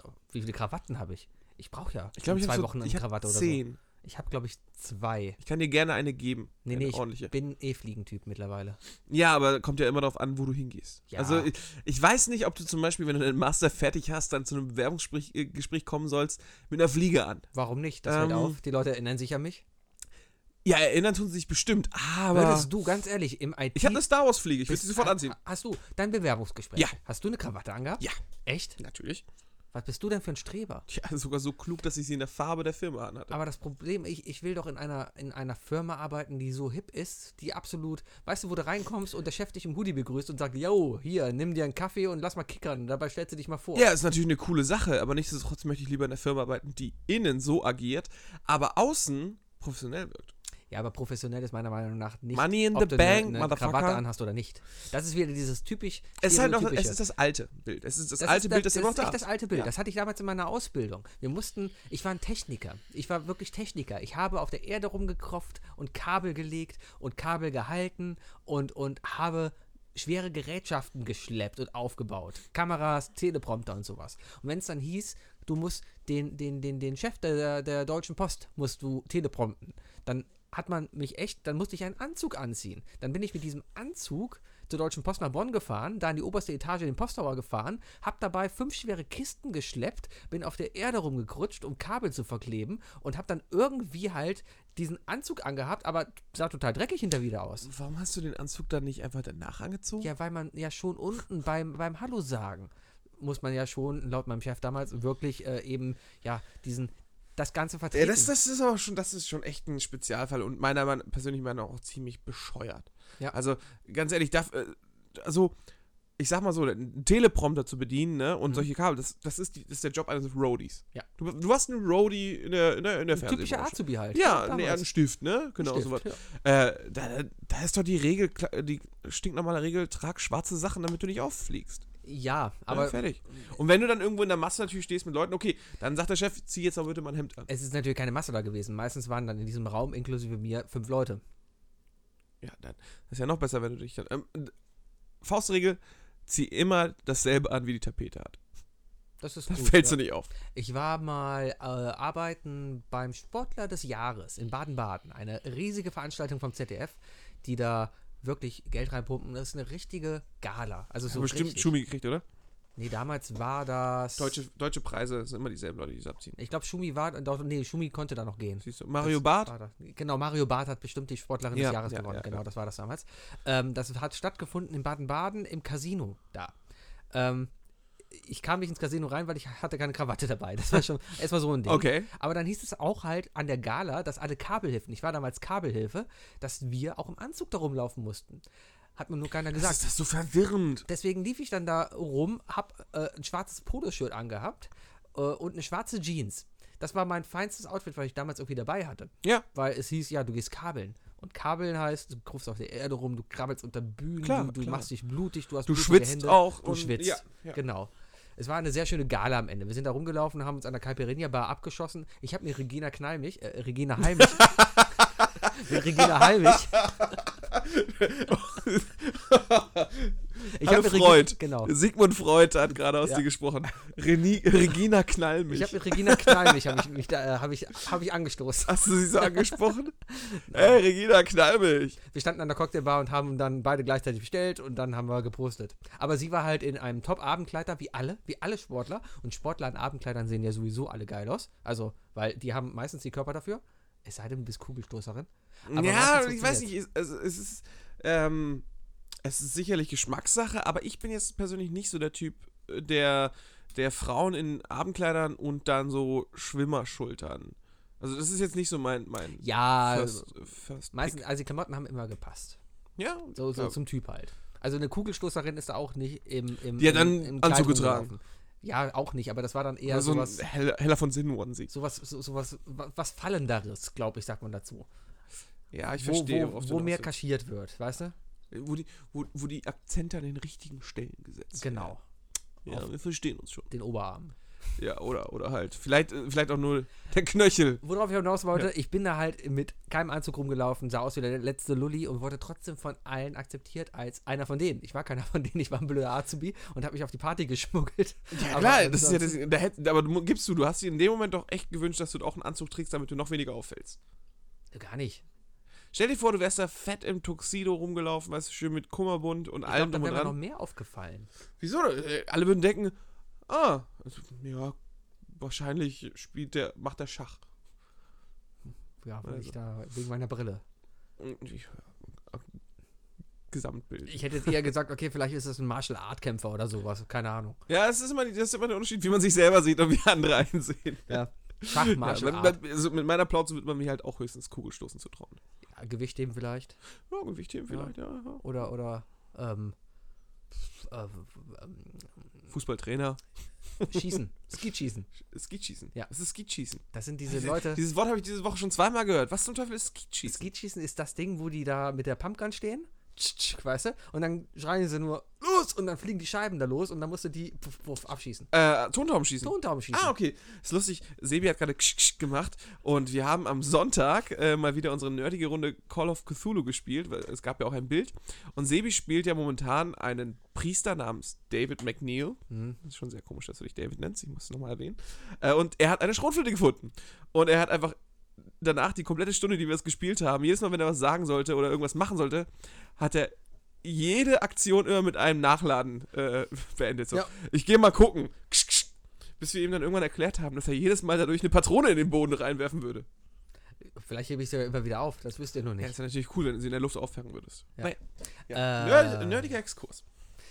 Wie viele Krawatten habe ich? Ich brauche ja Ich glaube, ich zwei habe so, Wochen eine ich hab Krawatte oder so. zehn. Ich habe, glaube ich, zwei. Ich kann dir gerne eine geben. Nee, eine nee, ich ordentliche. bin eh Fliegentyp mittlerweile. Ja, aber kommt ja immer darauf an, wo du hingehst. Ja. Also ich, ich weiß nicht, ob du zum Beispiel, wenn du den Master fertig hast, dann zu einem Bewerbungsgespräch äh, Gespräch kommen sollst, mit einer Fliege an. Warum nicht? Das fällt Ähm, auf. Die Leute erinnern sich an mich. Ja, erinnern tun sie sich bestimmt, aber... Würdest du, ganz ehrlich, im I T... Ich habe eine Star Wars Fliege, ich würde bist- sie sofort ha- anziehen. Hast du dein Bewerbungsgespräch? Ja. Hast du eine Krawatte angehabt? Ja. Echt? Natürlich. Was bist du denn für ein Streber? Ja, sogar so klug, dass ich sie in der Farbe der Firma anhatte. Aber das Problem, ich, ich will doch in einer, in einer Firma arbeiten, die so hip ist, die absolut, weißt du, wo du reinkommst und der Chef dich im Hoodie begrüßt und sagt, yo, hier, nimm dir einen Kaffee und lass mal kickern. Dabei stellst du dich mal vor. Ja, ist natürlich eine coole Sache, aber nichtsdestotrotz möchte ich lieber in einer Firma arbeiten, die innen so agiert, aber außen professionell wirkt. Ja, aber professionell ist meiner Meinung nach nicht, Money in ob the du bank, eine, eine Motherfucker. Krawatte anhast oder nicht. Das ist wieder dieses typisch Es ist halt noch, es stereotypische. ist das alte Bild. Es ist das, Das alte ist, Bild, das, das immer ist noch da echt das alte Bild. Ja. Das hatte ich damals in meiner Ausbildung. Wir mussten, ich war ein Techniker. Ich war wirklich Techniker. Ich habe auf der Erde rumgekropft und Kabel gelegt und Kabel gehalten und, und habe schwere Gerätschaften geschleppt und aufgebaut. Kameras, Teleprompter und sowas. Und wenn es dann hieß, du musst den, den, den, den Chef der, der Deutschen Post musst du teleprompten, dann hat man mich echt, dann musste ich einen Anzug anziehen. Dann bin ich mit diesem Anzug zur Deutschen Post nach Bonn gefahren, da in die oberste Etage in den Posttower gefahren, hab dabei fünf schwere Kisten geschleppt, bin auf der Erde rumgekrutscht, um Kabel zu verkleben und hab dann irgendwie halt diesen Anzug angehabt, aber sah total dreckig hinter wieder aus. Warum hast du den Anzug dann nicht einfach danach angezogen? Ja, weil man ja schon unten beim, beim Hallo sagen, muss man ja schon, laut meinem Chef damals, wirklich äh, eben, ja, diesen, das Ganze vertreten. Ja, das, das ist aber schon, das ist schon echt ein Spezialfall und meiner Meinung persönlich Meinung auch ziemlich bescheuert. Ja. Also, ganz ehrlich, darf, äh, also, ich sag mal so, einen Teleprompter zu bedienen, ne, und Mhm. solche Kabel, das, das, ist die, das ist der Job eines Roadies. Ja. Du, du warst ein Roadie in der, in der, in der Ein typischer Fernsehbranche. Azubi halt. Ja, damals. nee, ein Stift, ne? Genau, Stift, sowas. ja. Äh, da, da ist doch die Regel, die stinknormale Regel, trag schwarze Sachen, damit du nicht auffliegst. Ja, Aber aber ja, fertig. Und wenn du dann irgendwo in der Masse natürlich stehst mit Leuten, okay, dann sagt der Chef, zieh jetzt mal bitte mein Hemd an. es ist natürlich keine Masse da gewesen. Meistens waren dann in diesem Raum, inklusive mir, fünf Leute. Ja, dann. Das ist ja noch besser, wenn du dich dann. Ähm, Faustregel, zieh immer dasselbe an, wie die Tapete hat. Das ist Dann gut. fällst ja. du nicht auf. Ich war mal äh, arbeiten beim Sportler des Jahres in Baden-Baden. Eine riesige Veranstaltung vom Z D F, die da wirklich Geld reinpumpen. Das ist eine richtige Gala. Also so So bestimmt richtig. Schumi gekriegt, oder? Nee, damals war das... Deutsche, deutsche Preise sind immer dieselben Leute, die es abziehen. Ich glaube, Schumi war... Doch, nee, Schumi konnte da noch gehen. Siehst du, Mario Das Barth? war das. Genau, Mario Barth hat bestimmt die Sportlerin Ja, des Jahres ja, gewonnen. ja, genau, ja. das war das damals. Ähm, das hat stattgefunden in Baden-Baden im Casino da. Ähm, ich kam nicht ins Casino rein, weil ich hatte keine Krawatte dabei. Das war schon erstmal so ein Ding. Okay. Aber dann hieß es auch halt an der Gala, dass alle Kabelhilfen, ich war damals Kabelhilfe, dass wir auch im Anzug da rumlaufen mussten. Hat mir nur keiner Das gesagt. ist das so verwirrend. Deswegen lief ich dann da rum, hab äh, ein schwarzes Poloshirt angehabt äh, und eine schwarze Jeans. Das war mein feinstes Outfit, was ich damals irgendwie dabei hatte. Ja. Weil es hieß, ja, du gehst kabeln. Und kabeln heißt, du gruffst auf der Erde rum, du krabbelst unter Bühnen, Klar, du, du klar. machst dich blutig, du hast Du blutige schwitzt Hände, auch Du und- schwitzt, ja, ja. genau. Es war eine sehr schöne Gala am Ende. Wir sind da rumgelaufen, haben uns an der Caipirinha Bar abgeschossen. Ich habe mir Regina Knallmich, äh, Regina Heimich, mit Regina Heimich. Ich Hallo hab mir Regi- Freud. Genau. Sigmund Freud hat gerade aus Ja. dir gesprochen. Reni Regina Knallmich. Ich habe mit Regina Knallmich hab ich, mich da, äh, hab ich, hab ich angestoßen. Hast du sie so angesprochen? Ey, Regina Knallmich. Wir standen an der Cocktailbar und haben dann beide gleichzeitig bestellt und dann haben wir geprostet. Aber sie war halt in einem Top-Abendkleider, wie alle, wie alle Sportler. Und Sportler in Abendkleidern sehen ja sowieso alle geil aus. Also, weil die haben meistens die Körper dafür. Es sei denn, du bist Kugelstoßerin. Aber Ja, meistens ich weiß funktioniert's. nicht, es, also, es ist, ähm, es ist sicherlich Geschmackssache, aber ich bin jetzt persönlich nicht so der Typ, äh, der, der Frauen in Abendkleidern und dann so Schwimmerschultern. Also das ist jetzt nicht so mein, mein Ja, First, First meistens, Pick. also die Klamotten haben immer gepasst. Ja, So, so ja. zum Typ halt. Also eine Kugelstoßerin ist da auch nicht im, im, Die hat dann im, im Anzug Kleid getragen. rumgelaufen. Ja, auch nicht, aber das war dann eher Oder so sowas, ein Hell- Heller von Sinn Onesie. sowas, so, sowas, wa- was Fallenderes, glaube ich, sagt man dazu. Ja, ich Wo, verstehe, wo, worauf du wo hinaus mehr willst. kaschiert wird, weißt du? wo die, wo, wo die Akzente an den richtigen Stellen gesetzt Genau. werden. Ja, wir verstehen uns schon. Den Oberarm. Ja, oder, oder halt. Vielleicht, äh, vielleicht auch nur der Knöchel. Worauf ich hinaus wollte, ich bin da halt mit keinem Anzug rumgelaufen, sah aus wie der letzte Lulli und wurde trotzdem von allen akzeptiert als einer von denen. Ich war keiner von denen, ich war ein blöder Azubi und habe mich auf die Party geschmuggelt. Ja, Aber klar, das ist ja ansonsten- das, da hätt, aber du gibst du, du hast dir in dem Moment doch echt gewünscht, dass du auch einen Anzug trägst, damit du noch weniger auffällst. Gar nicht. Stell dir vor, du wärst da fett im Tuxedo rumgelaufen, weißt du, schön mit Kummerbund und Ich allem glaube, dann drum und wäre mir noch dran. mehr aufgefallen. Wieso? Äh, Alle würden denken, ah, also, ja, wahrscheinlich spielt der, macht der Schach. Ja, weil Also. ich da wegen meiner Brille. Ich, Gesamtbild. Ich hätte jetzt eher gesagt, okay, vielleicht ist es ein Martial-Art-Kämpfer oder sowas, keine Ahnung. Ja, es ist immer, die- das ist immer der Unterschied, wie man sich selber sieht und wie andere einen sehen. Ja. Schach, Ja, Martial man, Art. man, also mit meiner Plauze wird man mir halt auch höchstens Kugelstoßen zu trauen. Ja, Gewicht heben vielleicht. Ja, Gewichtheben vielleicht, ja. ja. Oder, oder, ähm, äh, ähm, Fußballtrainer. Schießen. Skeetschießen. Skeetschießen. Ja. Was ist Skeetschießen? Das sind diese Leute. Dieses Wort habe ich diese Woche schon zweimal gehört. Was zum Teufel ist Skeetschießen? Skeetschießen ist das Ding, wo die da mit der Pumpgun stehen. Tsch, tsch, weißt du? Und dann schreien sie nur los und dann fliegen die Scheiben da los und dann musst du die puff, puff, abschießen. Äh, Tontauben schießen. Tontauben schießen. Ah, okay. Ist lustig. Sebi hat gerade ksch, ksch gemacht und wir haben am Sonntag äh, mal wieder unsere nerdige Runde Call of Cthulhu gespielt, weil es gab ja auch ein Bild. Und Sebi spielt ja momentan einen Priester namens David McNeil. Mhm. Das ist schon sehr komisch, dass du dich David nennst. Ich muss es nochmal erwähnen. Äh, und er hat eine Schrotflinte gefunden. Und er hat einfach danach die komplette Stunde, die wir es gespielt haben, jedes Mal, wenn er was sagen sollte oder irgendwas machen sollte, hat er jede Aktion immer mit einem Nachladen äh, beendet. So. Ja. Ich gehe mal gucken. Ksch, ksch. Bis wir ihm dann irgendwann erklärt haben, dass er jedes Mal dadurch eine Patrone in den Boden reinwerfen würde. Vielleicht hebe ich sie ja immer wieder auf, das wisst ihr noch Ja, nicht. ist ja natürlich cool, wenn du sie in der Luft auffangen würdest. Ja. Naja. Äh, Ja. Nerd, nerdiger Exkurs.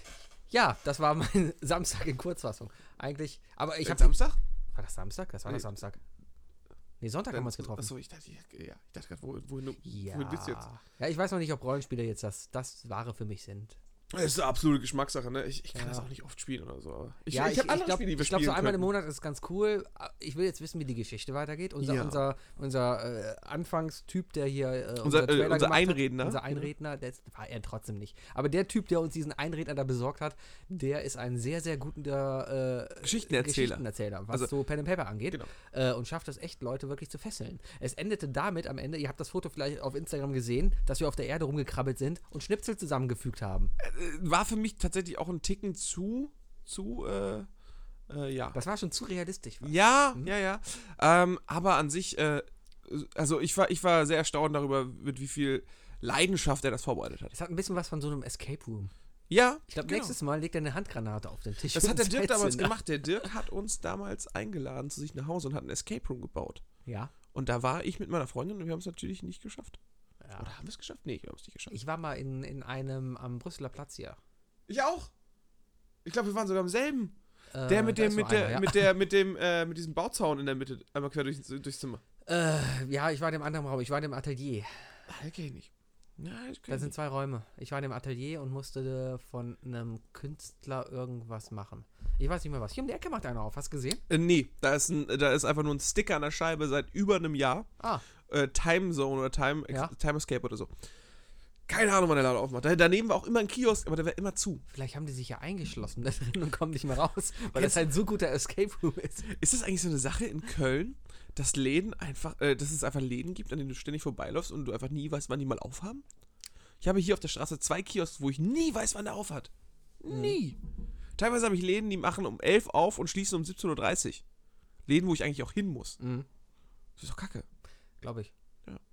Ja, das war mein Samstag in Kurzfassung. Eigentlich, aber ich Am habe. Samstag? War das Samstag? Das war Nee. das Samstag. Nee, Sonntag haben wir uns getroffen. Achso, ich dachte, ja, ich dachte gerade, wo, wohin, du- Ja. wohin bist du jetzt? Ja, ich weiß noch nicht, ob Rollenspiele jetzt das, das Wahre für mich sind. Das ist eine absolute Geschmackssache, ne? Ich, ich kann Ja. das auch nicht oft spielen oder so. Aber ich ja, ich, habe andere glaub, Spiele, die wir ich glaube, spielen so einmal im könnten. Monat ist ganz cool. Ich will jetzt wissen, wie die Geschichte weitergeht. Unser, Ja. unser, unser äh, Anfangstyp, der hier äh, Unser, äh, Trailer unser gemacht Einredner. Hat, unser Einredner, der ist, war er trotzdem nicht. Aber der Typ, der uns diesen Einredner da besorgt hat, der ist ein sehr, sehr guter äh, Geschichtenerzähler. Geschichtenerzähler, was Also- so Pen and Paper angeht. Genau. Äh, und schafft es echt, Leute wirklich zu fesseln. Es endete damit am Ende, ihr habt das Foto vielleicht auf Instagram gesehen, dass wir auf der Erde rumgekrabbelt sind und Schnipsel zusammengefügt haben. Äh, War für mich tatsächlich auch ein Ticken zu, zu, äh, äh, ja. Das war schon zu realistisch. Was? Ja, Mhm. ja, ja. Ähm, aber an sich, äh, also ich war, ich war sehr erstaunt darüber, mit wie viel Leidenschaft er das vorbereitet hat. Es hat ein bisschen was von so einem Escape Room. Ja, Ich glaube, genau. nächstes Mal legt er eine Handgranate auf den Tisch. Das hat der und Dirk damals Zeitzünder. gemacht. Der Dirk hat uns damals eingeladen zu sich nach Hause und hat ein Escape Room gebaut. Ja. Und da war ich mit meiner Freundin und wir haben es natürlich nicht geschafft. ja. Oder haben wir es geschafft? Nee, wir haben es nicht geschafft. Ich war mal in, in einem am Brüsseler Platz hier. Ich auch. Ich glaube, wir waren sogar am selben. Äh, Der mit da dem, ist mit nur der, einer, ja. mit der, mit dem, äh, mit diesem Bauzaun in der Mitte, einmal quer durchs, durchs Zimmer. Äh, ja, ich war in dem anderen Raum. Ich war in dem Atelier. Ah, den kenn ich nicht. Ja, ich kenn Da ihn sind nicht. zwei Räume. Ich war in dem Atelier und musste von einem Künstler irgendwas machen. Ich weiß nicht mehr was. Hier um die Ecke macht einer auf. Hast du gesehen? Äh, nee, da ist, ein, da ist einfach nur ein Sticker an der Scheibe seit über einem Jahr. Ah, Äh, Time Zone oder Time, Ja. Time Escape oder so. Keine Ahnung, wann der Laden aufmacht. Da, daneben war auch immer ein Kiosk, aber der war immer zu. vielleicht haben die sich ja eingeschlossen da drin und kommen nicht mehr raus, weil Kennst- das ein so guter Escape Room ist. Ist das eigentlich so eine Sache in Köln, dass Läden einfach, äh, dass es einfach Läden gibt, an denen du ständig vorbeiläufst und du einfach nie weißt, wann die mal aufhaben? Ich habe hier auf der Straße zwei Kiosks, wo ich nie weiß, wann der aufhat. Nie. Teilweise habe ich Läden, die machen um elf auf und schließen um siebzehn Uhr dreißig. Läden, wo ich eigentlich auch hin muss. Mhm, Das ist doch kacke. glaube ich.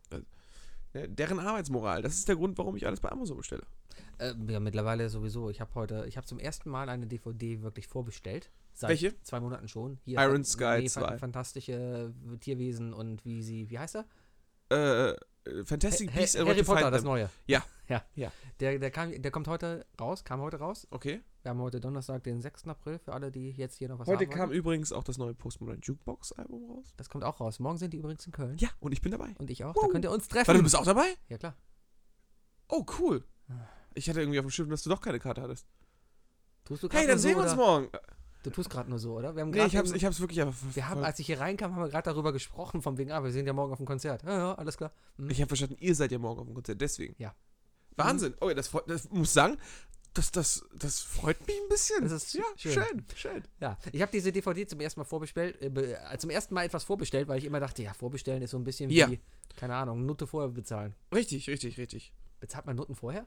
Ja, deren Arbeitsmoral, das ist der Grund, warum ich alles bei Amazon bestelle. Äh, ja, mittlerweile sowieso. Ich habe heute, ich habe zum ersten Mal eine D V D wirklich vorbestellt. Seit Welche? zwei Monaten schon. Hier Iron Fan- Sky nee, zwei. fan- Fantastische Tierwesen und wie sie, wie heißt er? Äh, äh, Fantastic Ha- Beasts Ha- and Where Harry to Find Potter, das Them. neue. Ja. Ja, ja. Der, der, kam, der kommt heute raus, kam heute raus. Okay. Wir haben heute Donnerstag, den sechsten April, für alle, die jetzt hier noch was Heute haben kam wollen. übrigens auch das neue Postmodern Jukebox Album raus. Das kommt auch raus. Morgen sind die übrigens in Köln. Ja, und ich bin dabei. Und ich auch. Wow. Da könnt ihr uns treffen. Warte, du bist auch dabei? Ja, klar. Oh, cool. Ich hatte irgendwie auf dem Schirm, dass du doch keine Karte hattest. Tust du gerade Hey, nur dann so, sehen wir uns oder? morgen. Du tust gerade nur so, oder? Wir haben Nee, gerade ich hab's, eben- ich hab's wirklich einfach. wir haben, voll- als ich hier reinkam, haben wir gerade darüber gesprochen, von wegen, ah, wir sind ja morgen auf dem Konzert. Ja, ja, alles klar. Hm. ich habe verstanden, ihr seid ja morgen auf dem Konzert, deswegen. Ja. Wahnsinn. Oh ja, das, freut- das muss ich sagen, das, das, das freut mich ein bisschen. Das ist ja, schön. schön, schön. Ja, ich habe diese D V D zum ersten Mal vorbestellt, äh, be- äh, zum ersten Mal etwas vorbestellt, weil ich immer dachte, ja, vorbestellen ist so ein bisschen Ja. wie, keine Ahnung, Nutte vorher bezahlen. Richtig, richtig, richtig. Bezahlt man Nutten vorher?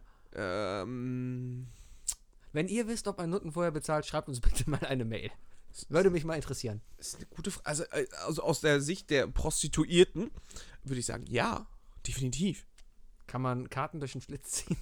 Ähm, Wenn ihr wisst, ob man Nutten vorher bezahlt, schreibt uns bitte mal eine Mail. Würde mich mal interessieren. das ist eine gute Frage. Also, äh, also aus der Sicht der Prostituierten würde ich sagen, ja, definitiv. Kann man Karten durch den Schlitz ziehen?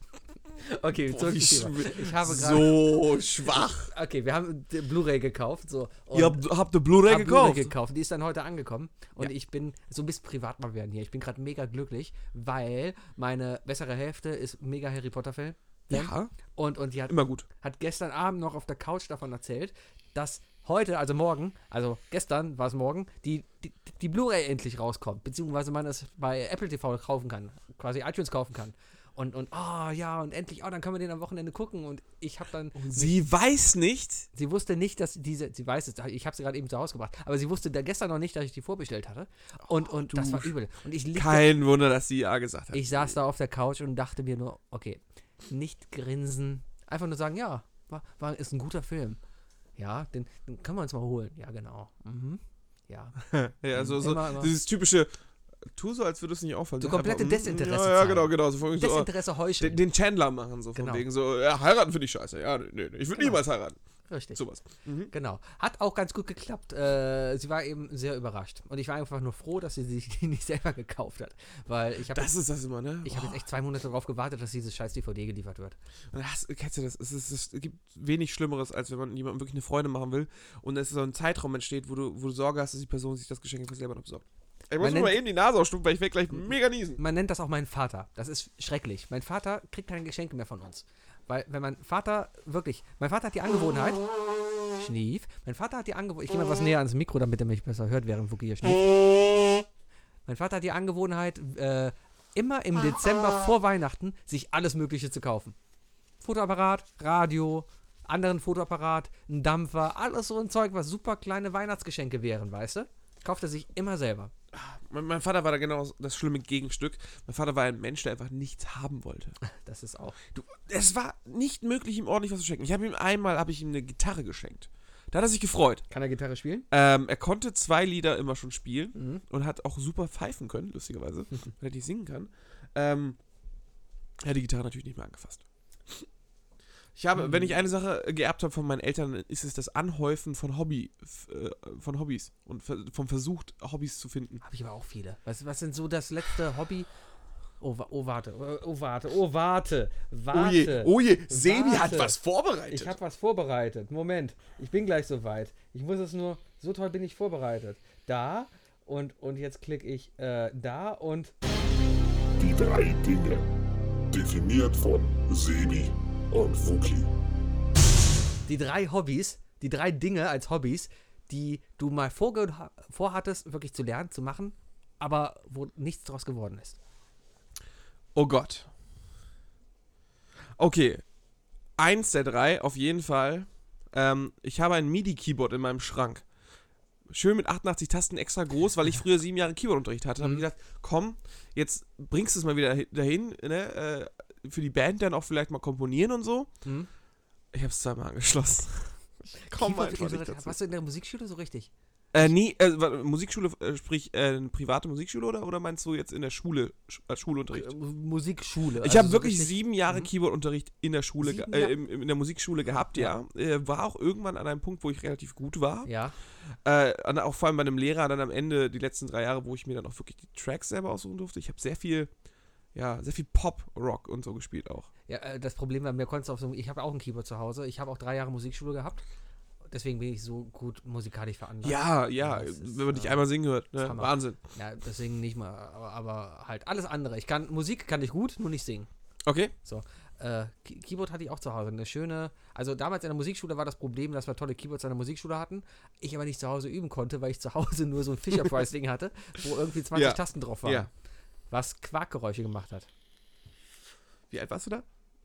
Okay, Boah, zurück wie zum Thema. schw- Ich habe gerade. So schwach. Okay, wir haben die Blu-ray gekauft. So, und Ihr habt, habt eine Blu-ray hab gekauft? Blu-ray gekauft. Die ist dann heute angekommen. Und Ja. ich bin so ein bisschen privat mal werden hier. Ich bin gerade mega glücklich, weil meine bessere Hälfte ist mega Harry Potter-Fan. Ja, Und, und die hat, immer gut. hat gestern Abend noch auf der Couch davon erzählt, dass heute, also morgen, also gestern war es morgen, die, die, die Blu-ray endlich rauskommt. Beziehungsweise man es bei Apple T V kaufen kann. Quasi iTunes kaufen kann. Und, und, oh ja, und endlich, oh, dann können wir den am Wochenende gucken. Und ich habe dann, Sie weiß nicht. sie wusste nicht, dass diese, sie weiß es, ich habe sie gerade eben zu Hause gebracht, aber sie wusste da gestern noch nicht, dass ich die vorbestellt hatte. Und, und du das war übel. Und ich lieg da, Kein Wunder, dass sie ja gesagt hat. ich saß da auf der Couch und dachte mir nur, okay, nicht grinsen, einfach nur sagen, ja, war, war, ist ein guter Film. Ja, den, den können wir uns mal holen. Ja, genau. Mhm. Ja. ja, so, so Immer, immer. dieses typische, tu so, als würde es nicht auffallen. So Sag komplette einfach, mm, Desinteresse Ja, ja, zeigen. genau, genau. So, von wegen so, oh, Desinteresse heucheln. den, den Chandler machen, so von Genau. wegen so, ja, heiraten finde ich scheiße. Ja, nee, nee, ich würde Genau. niemals heiraten. Richtig. Sowas. Mhm. Genau. Hat auch ganz gut geklappt. Äh, sie war eben sehr überrascht. Und ich war einfach nur froh, dass sie sich die nicht selber gekauft hat. Weil ich habe Das ist das immer, ne? ich hab jetzt echt zwei Monate darauf gewartet, dass dieses scheiß D V D geliefert wird. Und das, kennst du das? Es, ist, es gibt wenig Schlimmeres, als wenn man jemandem wirklich eine Freude machen will und es so ein Zeitraum entsteht, wo du, wo du Sorge hast, dass die Person sich das Geschenk einfach selber noch besorgt. Ich muss Man mir mal nennt- eben die Nase ausstumpfen, weil ich werde gleich mega niesen. Man nennt das auch meinen Vater. Das ist schrecklich. Mein Vater kriegt keine Geschenke mehr von uns. Weil, wenn mein Vater, wirklich, mein Vater hat die Angewohnheit, schnief, mein Vater hat die Angewohnheit, ich gehe mal was näher ans Mikro, damit er mich besser hört, während Wookie hier schnieft. Mein Vater hat die Angewohnheit, äh, immer im Dezember vor Weihnachten sich alles Mögliche zu kaufen. Fotoapparat, Radio, anderen Fotoapparat, ein Dampfer, alles so ein Zeug, was super kleine Weihnachtsgeschenke wären, weißt du? Kauft er sich immer selber. Mein, mein Vater war da genau das schlimme Gegenstück. Mein Vater war ein Mensch, der einfach nichts haben wollte. Das ist auch. Du, es war nicht möglich, ihm ordentlich was zu schenken. Ich habe ihm einmal habe ich ihm eine Gitarre geschenkt. Da hat er sich gefreut. Kann er Gitarre spielen? Ähm, er konnte zwei Lieder immer schon spielen Mhm. und hat auch super pfeifen können, lustigerweise, weil er nicht singen kann. Ähm, er hat die Gitarre natürlich nicht mehr angefasst. Ich habe, Mhm. wenn ich eine Sache geerbt habe von meinen Eltern, ist es das Anhäufen von Hobby, f- äh, von Hobbys und ver- vom Versuch, Hobbys zu finden. Habe ich aber auch viele. Was, was sind so das letzte Hobby? Oh, wa- oh warte, oh, oh warte, oh warte, warte. oh je, Sebi hat Warte. was vorbereitet. Ich habe was vorbereitet. Moment, ich bin gleich soweit. Ich muss es nur, so toll bin ich vorbereitet. Da und, und jetzt klicke ich äh, da und Die drei Dinge. Definiert von Sebi und Wookie. die drei Hobbys, die drei Dinge als Hobbys, die du mal vorge vorhattest, wirklich zu lernen, zu machen, aber wo nichts draus geworden ist. Oh Gott. Okay. Eins der drei, auf jeden Fall. Ähm, ich habe ein MIDI-Keyboard in meinem Schrank. Schön mit achtundachtzig Tasten extra groß, weil ich früher sieben Jahre Keyboardunterricht hatte. Da habe ich gedacht, komm, jetzt bringst du es mal wieder dahin, ne? Äh, für die Band dann auch vielleicht mal komponieren und so. Hm? Ich habe es zweimal angeschlossen. Ich komm Keyboard- einfach nicht so- dazu. Warst du in der Musikschule so richtig? Äh, nee, äh, warte, Musikschule, äh, sprich, äh, eine private Musikschule oder, oder meinst du jetzt in der Schule, Sch- als Schulunterricht? Äh, Musikschule. Ich also habe so wirklich richtig- sieben Jahre Mhm. Keyboardunterricht in der Schule, ge- Sieben äh, Jahre? im, im- in der Musikschule gehabt, ja. Äh, war auch irgendwann an einem Punkt, wo ich relativ gut war. Ja. Äh, an, auch vor allem bei einem Lehrer dann am Ende, die letzten drei Jahre, wo ich mir dann auch wirklich die Tracks selber aussuchen durfte. Ich habe sehr viel, ja, sehr viel Pop, Rock und so gespielt auch. Ja, äh, das Problem war, mir konntest auf so, ich habe auch ein Keyboard zu Hause. Ich habe auch drei Jahre Musikschule gehabt. Deswegen bin ich so gut musikalisch veranlagt. Ja, ja, das ist, wenn man dich äh, einmal singen hört, das ist ne? Hammer. Wahnsinn. Ja, deswegen nicht mal, aber, aber halt alles andere. Ich kann, Musik kann ich gut, nur nicht singen. Okay. Äh, Key- Keyboard hatte ich auch zu Hause. Eine schöne, also damals in der Musikschule war das Problem, dass wir tolle Keyboards in der Musikschule hatten. Ich aber nicht zu Hause üben konnte, weil ich zu Hause nur so ein Fisher-Price-Ding hatte, wo irgendwie zwanzig Ja. Tasten drauf waren. Ja. Was Quarkgeräusche gemacht hat. Wie alt warst du da?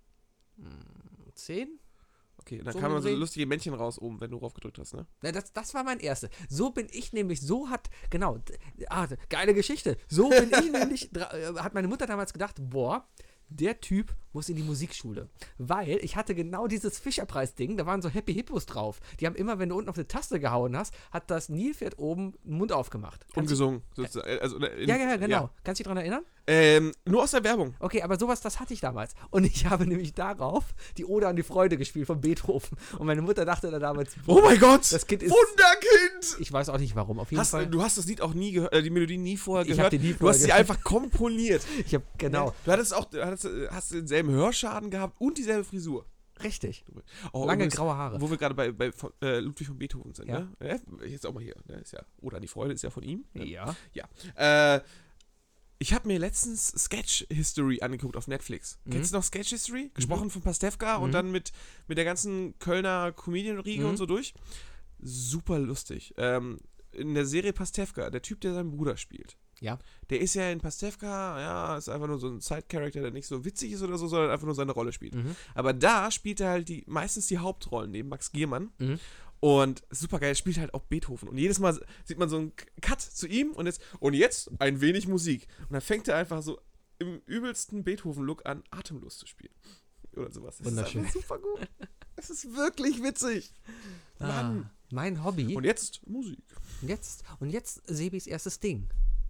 Zehn? Okay, dann So kamen so gesehen. lustige Männchen raus oben, wenn du drauf gedrückt hast, ne? Ja, das, das war mein erster. So bin ich nämlich, so hat, genau, d- ah, geile Geschichte. So bin ich nämlich, dra- äh, hat meine Mutter damals gedacht, boah, der Typ muss in die Musikschule. Weil ich hatte genau dieses Fischerpreis-Ding, da waren so Happy Hippos drauf. Die haben immer, wenn du unten auf eine Taste gehauen hast, hat das Nilpferd oben den Mund aufgemacht. Und Kannst du- gesungen. Sozusagen. Also, in, Ja, ja, genau. Kannst du dich daran erinnern? Ähm, nur aus der Werbung. Okay, aber sowas, das hatte ich damals. Und ich habe nämlich darauf die Ode an die Freude gespielt von Beethoven. Und meine Mutter dachte da damals, Oh mein Gott! das Kind ist... Wunderkind! Ich weiß auch nicht warum, auf jeden Hast, Fall. du hast das Lied auch nie gehört, äh, die Melodie nie vorher Ich gehört. hab die nie du vorher hast sie gehört. einfach komponiert. Ich habe, genau, Du hattest auch, du hattest, äh, hast denselben Hörschaden gehabt und dieselbe Frisur. richtig. Oh, Lange übrigens, graue Haare. Wo wir gerade bei, bei von, äh, Ludwig von Beethoven sind, Ja. ne? Ja, jetzt auch mal hier. Ne? Ist ja, oder die Freude ist ja von ihm. Ne? Ja. Ja. Äh, ich habe mir letztens Sketch History angeguckt auf Netflix. Mhm. Kennst du noch Sketch History? Gesprochen von Pastewka Mhm. und dann mit, mit der ganzen Kölner Comedian-Riege Mhm. und so durch. Super lustig. Ähm, in der Serie Pastewka, der Typ, der seinen Bruder spielt. Ja. Der ist ja in Pastewka, ja, ist einfach nur so ein Side-Character, der nicht so witzig ist oder so, sondern einfach nur seine Rolle spielt. Mhm. Aber da spielt er halt die, meistens die Hauptrollen neben Max Giermann. Mhm. Und super geil, er spielt halt auch Beethoven. Und jedes Mal sieht man so einen Cut zu ihm und jetzt, und jetzt ein wenig Musik. Und dann fängt er einfach so im übelsten Beethoven-Look an, atemlos zu spielen. Oder sowas. Das Wunderschön. ist einfach super gut. Es ist wirklich witzig. Mann. Ah, mein Hobby. Und jetzt Musik. Und jetzt, und jetzt Sebis erstes Ding.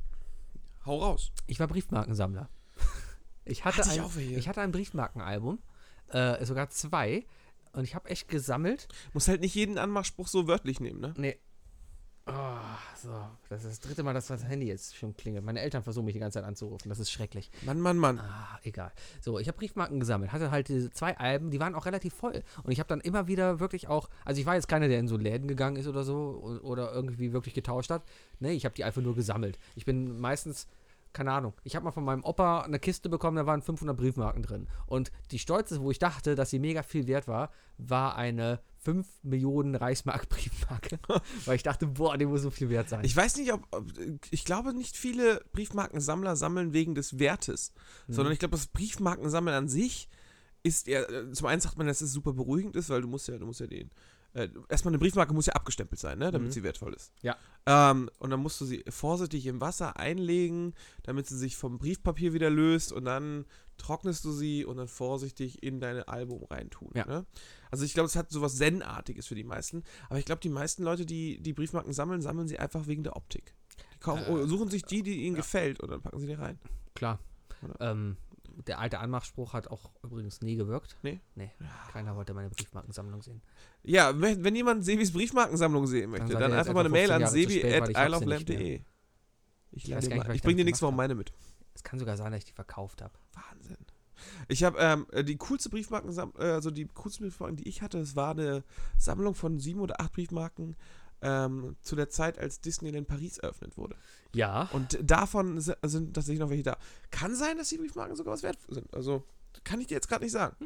Hau raus. Ich war Briefmarkensammler. Ich hatte, Hatte ich ein, auch welche. ich hatte ein Briefmarkenalbum, äh, sogar zwei. Und ich habe echt gesammelt. Muss halt nicht jeden Anmachspruch so wörtlich nehmen, ne? Nee. Oh, so. Das ist das dritte Mal, dass das Handy jetzt schon klingelt. Meine Eltern versuchen mich die ganze Zeit anzurufen. Das ist schrecklich. Mann, Mann, Mann. Ah, egal. So, ich habe Briefmarken gesammelt. Hatte halt diese zwei Alben, die waren auch relativ voll. Und ich habe dann immer wieder wirklich auch, also ich war jetzt keiner, der in so Läden gegangen ist oder so o- oder irgendwie wirklich getauscht hat. Nee, ich habe die einfach nur gesammelt. Ich bin meistens, keine Ahnung, ich habe mal von meinem Opa eine Kiste bekommen, da waren fünfhundert Briefmarken drin. Und die stolzeste, wo ich dachte, dass sie mega viel wert war, war eine fünf Millionen Reichsmark-Briefmarke. Weil ich dachte, boah, die muss so viel wert sein. Ich weiß nicht, ob, ob ich glaube, nicht viele Briefmarkensammler sammeln wegen des Wertes, Mhm. sondern ich glaube, das Briefmarkensammeln an sich ist eher, äh, zum einen sagt man, dass es super beruhigend ist, weil du musst ja, du musst ja den, äh, erstmal eine Briefmarke muss ja abgestempelt sein, ne, damit Mhm. sie wertvoll ist. Ja. Ähm, und dann musst du sie vorsichtig im Wasser einlegen, damit sie sich vom Briefpapier wieder löst und dann trocknest du sie und dann vorsichtig in dein Album reintun. Ja. Ne? Also ich glaube, es hat sowas Zen-artiges für die meisten, aber ich glaube, die meisten Leute, die die Briefmarken sammeln, sammeln sie einfach wegen der Optik. Die kaufen, Äh, suchen sich die, die ihnen gefällt und dann packen sie die rein. Klar. Oder? Ähm, der alte Anmachspruch hat auch übrigens nie gewirkt. Nee? Nee, keiner wollte meine Briefmarkensammlung sehen. Ja, wenn, wenn jemand Sebis Briefmarkensammlung sehen möchte, seid dann ihr jetzt einfach mal eine etwa Mail an fünfzehn Jahre zu sebi spät, at weil ich hab sie ilovelamp nicht punkt de. Ich, Ich lade weiß dir gar nicht, mal- was ich ich bring dir damit nächste Woche gemacht meine mit. Es kann sogar sein, dass ich die verkauft habe. Wahnsinn. Ich habe ähm, die coolste Briefmarken, äh, also die coolsten Briefmarken, die ich hatte, das war eine Sammlung von sieben oder acht Briefmarken ähm, zu der Zeit, als Disneyland Paris eröffnet wurde. Ja. Und davon si- sind tatsächlich noch welche da. Kann sein, dass die Briefmarken sogar was wert sind. Also kann ich dir jetzt gerade nicht sagen.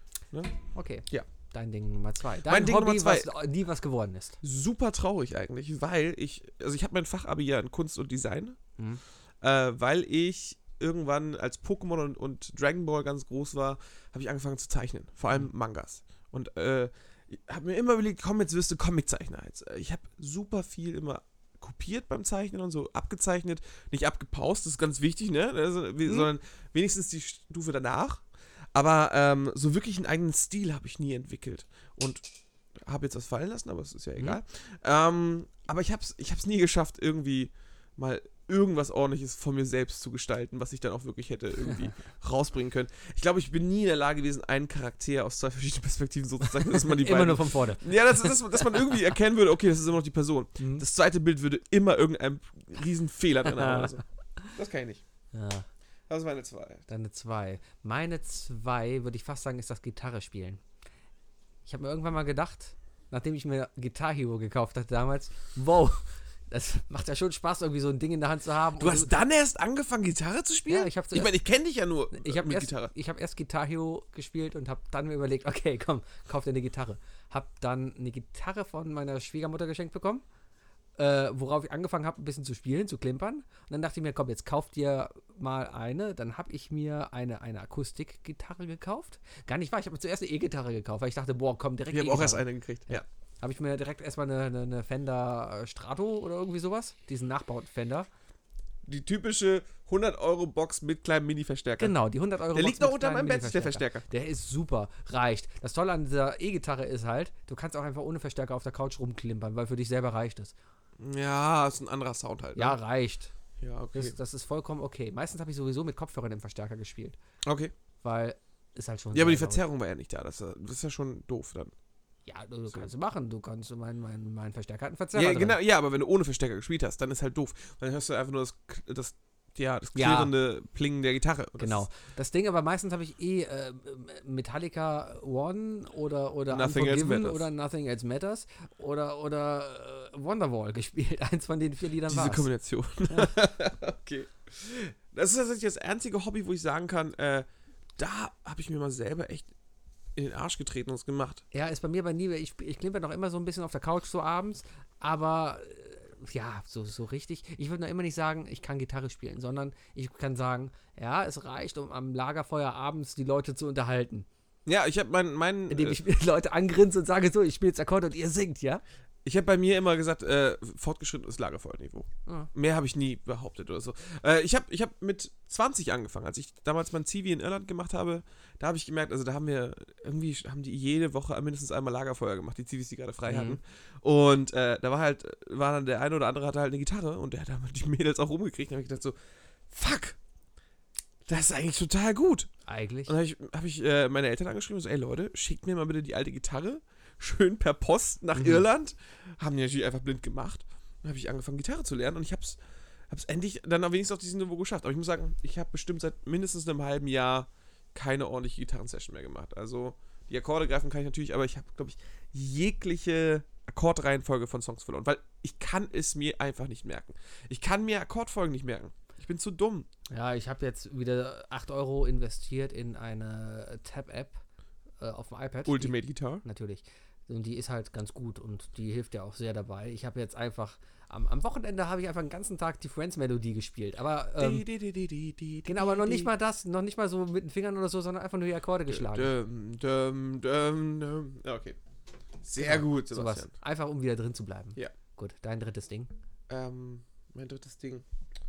Okay. Ja. Dein Ding Nummer zwei. Dein Mein Ding Hobby, Nummer zwei. was nie was geworden ist. Super traurig eigentlich, weil ich, also ich habe mein Fachabi ja in Kunst und Design, Mhm. äh, weil ich irgendwann, als Pokémon und, und Dragon Ball ganz groß war, habe ich angefangen zu zeichnen, vor allem Mangas. Und äh, ich habe mir immer überlegt, komm, jetzt wirst du Comiczeichner. Jetzt, äh, ich habe super viel immer kopiert beim Zeichnen und so, abgezeichnet, nicht abgepaust, das ist ganz wichtig, ne? Also, wir, Mhm. sondern wenigstens die Stufe danach. Aber ähm, so wirklich einen eigenen Stil habe ich nie entwickelt. Und habe jetzt was fallen lassen, aber es ist ja egal. Ähm, aber ich habe es ich hab's nie geschafft, irgendwie mal irgendwas Ordentliches von mir selbst zu gestalten, was ich dann auch wirklich hätte irgendwie rausbringen können. Ich glaube, ich bin nie in der Lage gewesen, einen Charakter aus zwei verschiedenen Perspektiven so zu zeichnen, dass man die Immer beiden... nur von vorne. Ja, das, das, dass man irgendwie erkennen würde, okay, das ist immer noch die Person. Mhm. Das zweite Bild würde immer irgendeinen riesen Fehler drin haben oder so. Das kann ich nicht. Ja, Das ist meine zwei. deine zwei. Meine zwei, würde ich fast sagen, ist das Gitarre spielen. Ich habe mir irgendwann mal gedacht, nachdem ich mir Guitar Hero gekauft hatte damals, wow, das macht ja schon Spaß, irgendwie so ein Ding in der Hand zu haben. Du Und hast dann erst angefangen, Gitarre zu spielen? Ja, ich hab Ich zuerst- meine, ich kenne dich ja nur Ich habe mit erst, Gitarre. ich hab erst Guitar Hero gespielt und habe dann mir überlegt, okay, komm, kauf dir eine Gitarre. Hab dann eine Gitarre von meiner Schwiegermutter geschenkt bekommen, äh, worauf ich angefangen habe, ein bisschen zu spielen, zu klimpern. Und dann dachte ich mir, komm, jetzt kauf dir mal eine. Dann habe ich mir eine, eine Akustikgitarre gekauft. Gar nicht wahr, ich habe mir zuerst eine E-Gitarre gekauft, weil ich dachte, boah, komm, direkt Ich habe auch erst E-Gitarre. eine gekriegt. Ja. Habe ich mir direkt erstmal eine, eine, eine Fender äh, Strato oder irgendwie sowas, diesen Nachbauten Fender. die typische hundert-Euro-Box mit kleinem Mini-Verstärker. Genau, die hundert Euro. Der liegt Box noch mit unter kleinen meinem Bett, der Mini-Verstärker. Verstärker. Der ist super, reicht. Das Tolle an dieser E-Gitarre ist halt, du kannst auch einfach ohne Verstärker auf der Couch rumklimpern, weil für dich selber reicht es. Ja, ist ein anderer Sound halt. Ne? Ja, reicht. Ja, okay. Das, das ist vollkommen okay. Meistens habe ich sowieso mit Kopfhörern im Verstärker gespielt, okay. weil ist halt schon Ja, aber die sehr laut. Verzerrung war ja nicht da. Das, das ist ja schon doof dann. Ja, du, du kannst du machen. Du kannst, mein, mein, mein Verstärker hat einen Verzerrer Ja, drin. genau, ja, aber wenn du ohne Verstärker gespielt hast, dann ist halt doof. Dann hörst du einfach nur das, das, ja, das Ja. klirrende Plingen der Gitarre. Und das Genau. ist- Das Ding, aber meistens habe ich eh äh, Metallica One oder, oder Nothing Else Unforgiven Matters. oder Nothing Else Matters oder, oder äh, Wonderwall gespielt. Eins von den vier Liedern Diese war's. Kombination. Okay. Das ist tatsächlich das einzige Hobby, wo ich sagen kann, äh, da habe ich mir mal selber echt in den Arsch getreten und es gemacht. Ja, ist bei mir bei nie. Ich, ich klimper noch immer so ein bisschen auf der Couch so abends, aber äh, ja, so, so richtig. Ich würde noch immer nicht sagen, ich kann Gitarre spielen, sondern ich kann sagen, ja, es reicht, um am Lagerfeuer abends die Leute zu unterhalten. Ja, ich habe mein, mein Indem äh, ich Leute angrinse und sage, so, ich spiele jetzt Akkord und ihr singt, ja? ich habe bei mir immer gesagt, äh, fortgeschrittenes Lagerfeuerniveau. Ja. Mehr habe ich nie behauptet oder so. Äh, ich habe ich hab mit zwanzig angefangen, als ich damals mein Zivi in Irland gemacht habe. Da habe ich gemerkt, also da haben wir irgendwie, haben die jede Woche mindestens einmal Lagerfeuer gemacht, die Zivis, die gerade frei Mhm. hatten. Und äh, da war halt, war dann der eine oder andere hatte halt eine Gitarre und der hat dann die Mädels auch rumgekriegt. Da habe ich gedacht so, fuck, das ist eigentlich total gut. Eigentlich. Und dann habe ich, hab ich äh, meine Eltern angeschrieben und so, ey Leute, schickt mir mal bitte die alte Gitarre, schön per Post nach Mhm. Irland. Haben die natürlich einfach blind gemacht. Dann habe ich angefangen, Gitarre zu lernen und ich habe es hab's endlich dann auch wenigstens auf diesem Niveau geschafft. Aber ich muss sagen, ich habe bestimmt seit mindestens einem halben Jahr keine ordentliche Gitarrensession mehr gemacht. Also die Akkorde greifen kann ich natürlich, aber ich habe, glaube ich, jegliche Akkordreihenfolge von Songs verloren, weil ich kann es mir einfach nicht merken. Ich kann mir Akkordfolgen nicht merken. Ich bin zu dumm. Ja, ich habe jetzt wieder acht Euro investiert in eine Tab-App äh, auf dem iPad. Ultimate Guitar. Die, natürlich. Und die ist halt ganz gut und die hilft ja auch sehr dabei. Ich habe jetzt einfach, am, am Wochenende habe ich einfach den ganzen Tag die Friends-Melodie gespielt. Aber, ähm, genau, aber noch nicht mal das, noch nicht mal so mit den Fingern oder so, sondern einfach nur die Akkorde geschlagen. Dum, dum, dum, dum. Ja, okay. Sehr Genau, gut, Sowas. Sebastian. Einfach, um wieder drin zu bleiben. Ja. Gut, dein drittes Ding. Ähm, mein drittes Ding.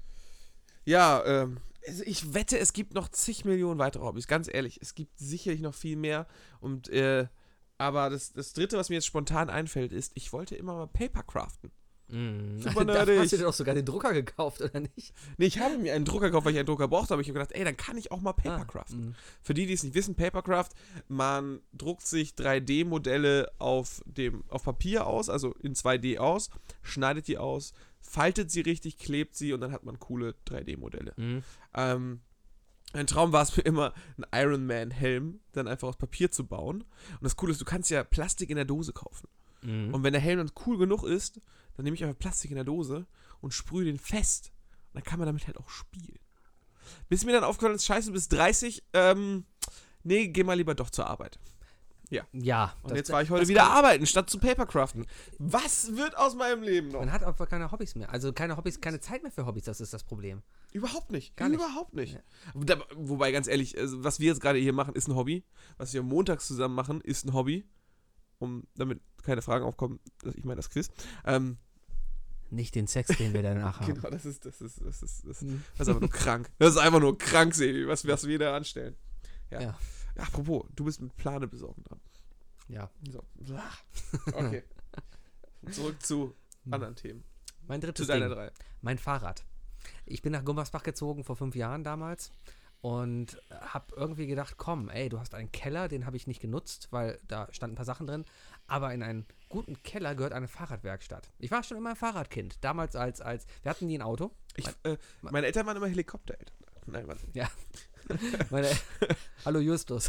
Ja, ähm, also ich wette, es gibt noch zig Millionen weitere Hobbys. Ganz ehrlich, es gibt sicherlich noch viel mehr. Und, äh, aber das, das dritte, was mir jetzt spontan einfällt, ist, ich wollte immer mal Paper craften. Mm. Super Da nerdig. hast du dir doch sogar den Drucker gekauft, oder nicht? Nee, ich habe mir einen Drucker gekauft, weil ich einen Drucker brauchte, aber ich habe gedacht, ey, dann kann ich auch mal Paper Ah, craften. mm. Für die, die es nicht wissen, Papercraft, man druckt sich drei D Modelle auf, dem, auf Papier aus, also in zwei D aus, schneidet die aus, faltet sie richtig, klebt sie und dann hat man coole drei D Modelle. Mm. Ähm, ein Traum war es mir immer, einen Iron Man Helm dann einfach aus Papier zu bauen. Und das Coole ist, du kannst ja Plastik in der Dose kaufen. Mm. Und wenn der Helm dann cool genug ist, dann nehme ich einfach Plastik in der Dose und sprühe den fest. Und dann kann man damit halt auch spielen. Bis mir dann aufgefallen ist, scheiße, bis dreißig, ähm, nee, geh mal lieber doch zur Arbeit. Ja. Und das- jetzt war ich heute das wieder kann- arbeiten, statt zu Papercraften. Was wird aus meinem Leben noch? Man hat einfach keine Hobbys mehr. Also keine Hobbys, keine Zeit mehr für Hobbys, das ist das Problem. Überhaupt nicht. Gar nicht. Überhaupt nicht. Ja. Da, wobei, ganz ehrlich, also, was wir jetzt gerade hier machen, ist ein Hobby. Was wir montags zusammen machen, ist ein Hobby. Um, damit keine Fragen aufkommen, das- ich meine das Quiz. Ähm, Nicht den Sex, den wir danach haben. genau, das ist, das ist, das ist, das ist, Mhm. das ist einfach nur krank. Das ist einfach nur krank, Sebi, was, was wir da anstellen. Ja. Ja. Apropos, du bist mit Plane besorgen dran. Ja. So. Okay. Zurück zu anderen Themen. Mein Zu drittes deiner Ding. drei. Mein Fahrrad. Ich bin nach Gummersbach gezogen vor fünf Jahren damals und habe irgendwie gedacht, komm, ey, du hast einen Keller, den habe ich nicht genutzt, weil da standen ein paar Sachen drin, aber in einen guten Keller gehört eine Fahrradwerkstatt. Ich war schon immer ein Fahrradkind, damals als, als wir hatten nie ein Auto. Ich, äh, meine Eltern waren immer Helikoptereltern. Nein, warte. Ja. Meine, hallo Justus.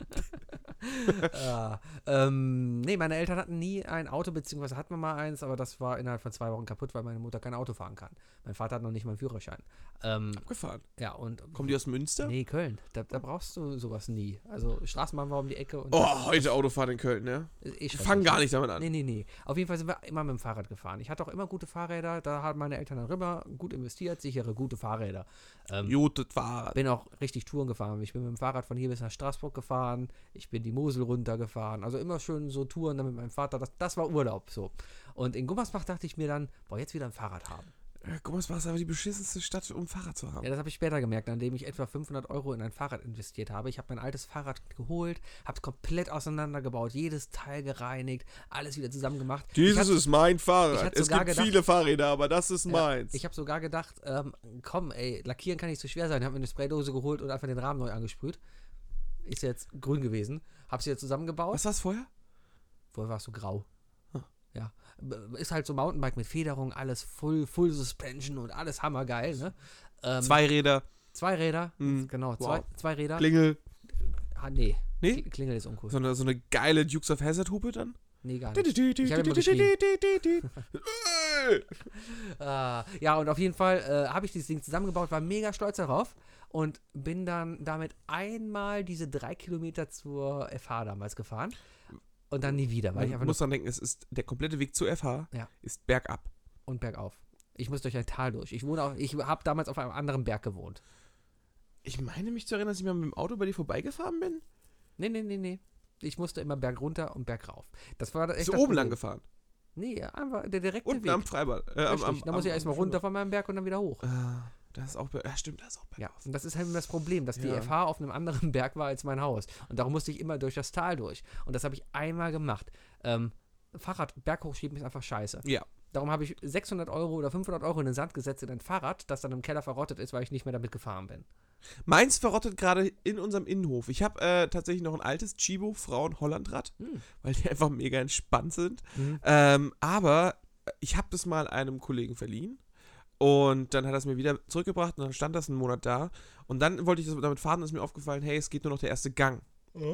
ja, ähm, nee, meine Eltern hatten nie ein Auto, beziehungsweise hatten wir mal eins, aber das war innerhalb von zwei Wochen kaputt, weil meine Mutter kein Auto fahren kann. Mein Vater hat noch nicht mal einen Führerschein. Ähm, Abgefahren. ja, und. Kommen die aus Münster? Nee, Köln. Da, da brauchst du sowas nie. Also Straßenbahn war um die Ecke und. Oh, heute Autofahren in Köln, ne? das ist eh Ich schrecklich. fange gar nicht damit an. Nee, nee, nee. Auf jeden Fall sind wir immer mit dem Fahrrad gefahren. Ich hatte auch immer gute Fahrräder. Da haben meine Eltern dann immer gut investiert. Sichere, gute Fahrräder. Ähm, Jotet Fahrrad. bin auch richtig Touren gefahren. Ich bin mit dem Fahrrad von hier bis nach Straßburg gefahren. Ich bin die Mosel runtergefahren. Also immer schön so Touren dann mit meinem Vater. Das, das war Urlaub so. Und in Gummersbach dachte ich mir dann, boah, jetzt wieder ein Fahrrad haben. Äh, Gummers war es aber die beschissenste Stadt, um ein Fahrrad zu haben. Ja, das habe ich später gemerkt, nachdem ich etwa fünfhundert Euro in ein Fahrrad investiert habe. Ich habe mein altes Fahrrad geholt, habe es komplett auseinandergebaut, jedes Teil gereinigt, alles wieder zusammen gemacht. Dieses ich hab, ist mein ich Fahrrad. hab Es sogar gibt gedacht- viele Fahrräder, aber das ist ja, meins. ich habe sogar gedacht, ähm, komm, ey, lackieren kann nicht so schwer sein. Habe mir eine Spraydose geholt und einfach den Rahmen neu angesprüht. Ist jetzt grün gewesen. Habe sie jetzt zusammengebaut. Was war es vorher? Vorher war es so grau. Hm. Ja. B- Ist halt so Mountainbike mit Federung, alles Full, Full Suspension und alles hammergeil, ne? Ähm, Zwei Räder, zwei Räder, Mhm. genau, Wow. zwei, zwei Räder. Klingel. ah, nee. Nee? Kl- Klingel ist uncool. So eine, so eine geile Dukes of Hazzard-Hupe dann? Nee, gar nicht. Ich hab immer geschrien. Ah, ja, und auf jeden Fall äh, habe ich dieses Ding zusammengebaut, war mega stolz darauf und bin dann damit einmal diese drei Kilometer zur F H damals gefahren und dann nie wieder, weil ich Man einfach muss dran denken, es ist der komplette Weg zur F H Ja. ist bergab. nur und bergauf. Ich muss durch ein Tal durch. Ich wohne auch, ich habe damals auf einem anderen Berg gewohnt. Ich meine mich zu erinnern, dass ich mal mit dem Auto bei dir vorbeigefahren bin. Nee, nee, nee, nee. Ich musste immer berg runter und berg rauf. Das war echt So das oben lang Problem. gefahren. Nee, einfach der direkte Unten Weg. am Freibad. Äh, am, Richtig. am, da muss ich am- erstmal am runter von meinem Berg und dann wieder hoch. Ah, das ist auch, ber- ja stimmt, das ist auch Ja, bergauf. und das ist halt immer das Problem, dass die Ja. F H auf einem anderen Berg war als mein Haus. Und darum musste ich immer durch das Tal durch. Und das habe ich einmal gemacht. Ähm, Fahrrad berghochschieben ist einfach scheiße. Ja. Darum habe ich sechshundert Euro oder fünfhundert Euro in den Sand gesetzt in ein Fahrrad, das dann im Keller verrottet ist, weil ich nicht mehr damit gefahren bin. Meins verrottet gerade in unserem Innenhof. Ich habe äh, tatsächlich noch ein altes Chibo Frauen-Hollandrad, Hm. weil die einfach mega entspannt sind. Mhm. Ähm, aber ich habe das mal einem Kollegen verliehen und dann hat er es mir wieder zurückgebracht und dann stand das einen Monat da und dann wollte ich das damit fahren und ist mir aufgefallen, hey, es geht nur noch der erste Gang.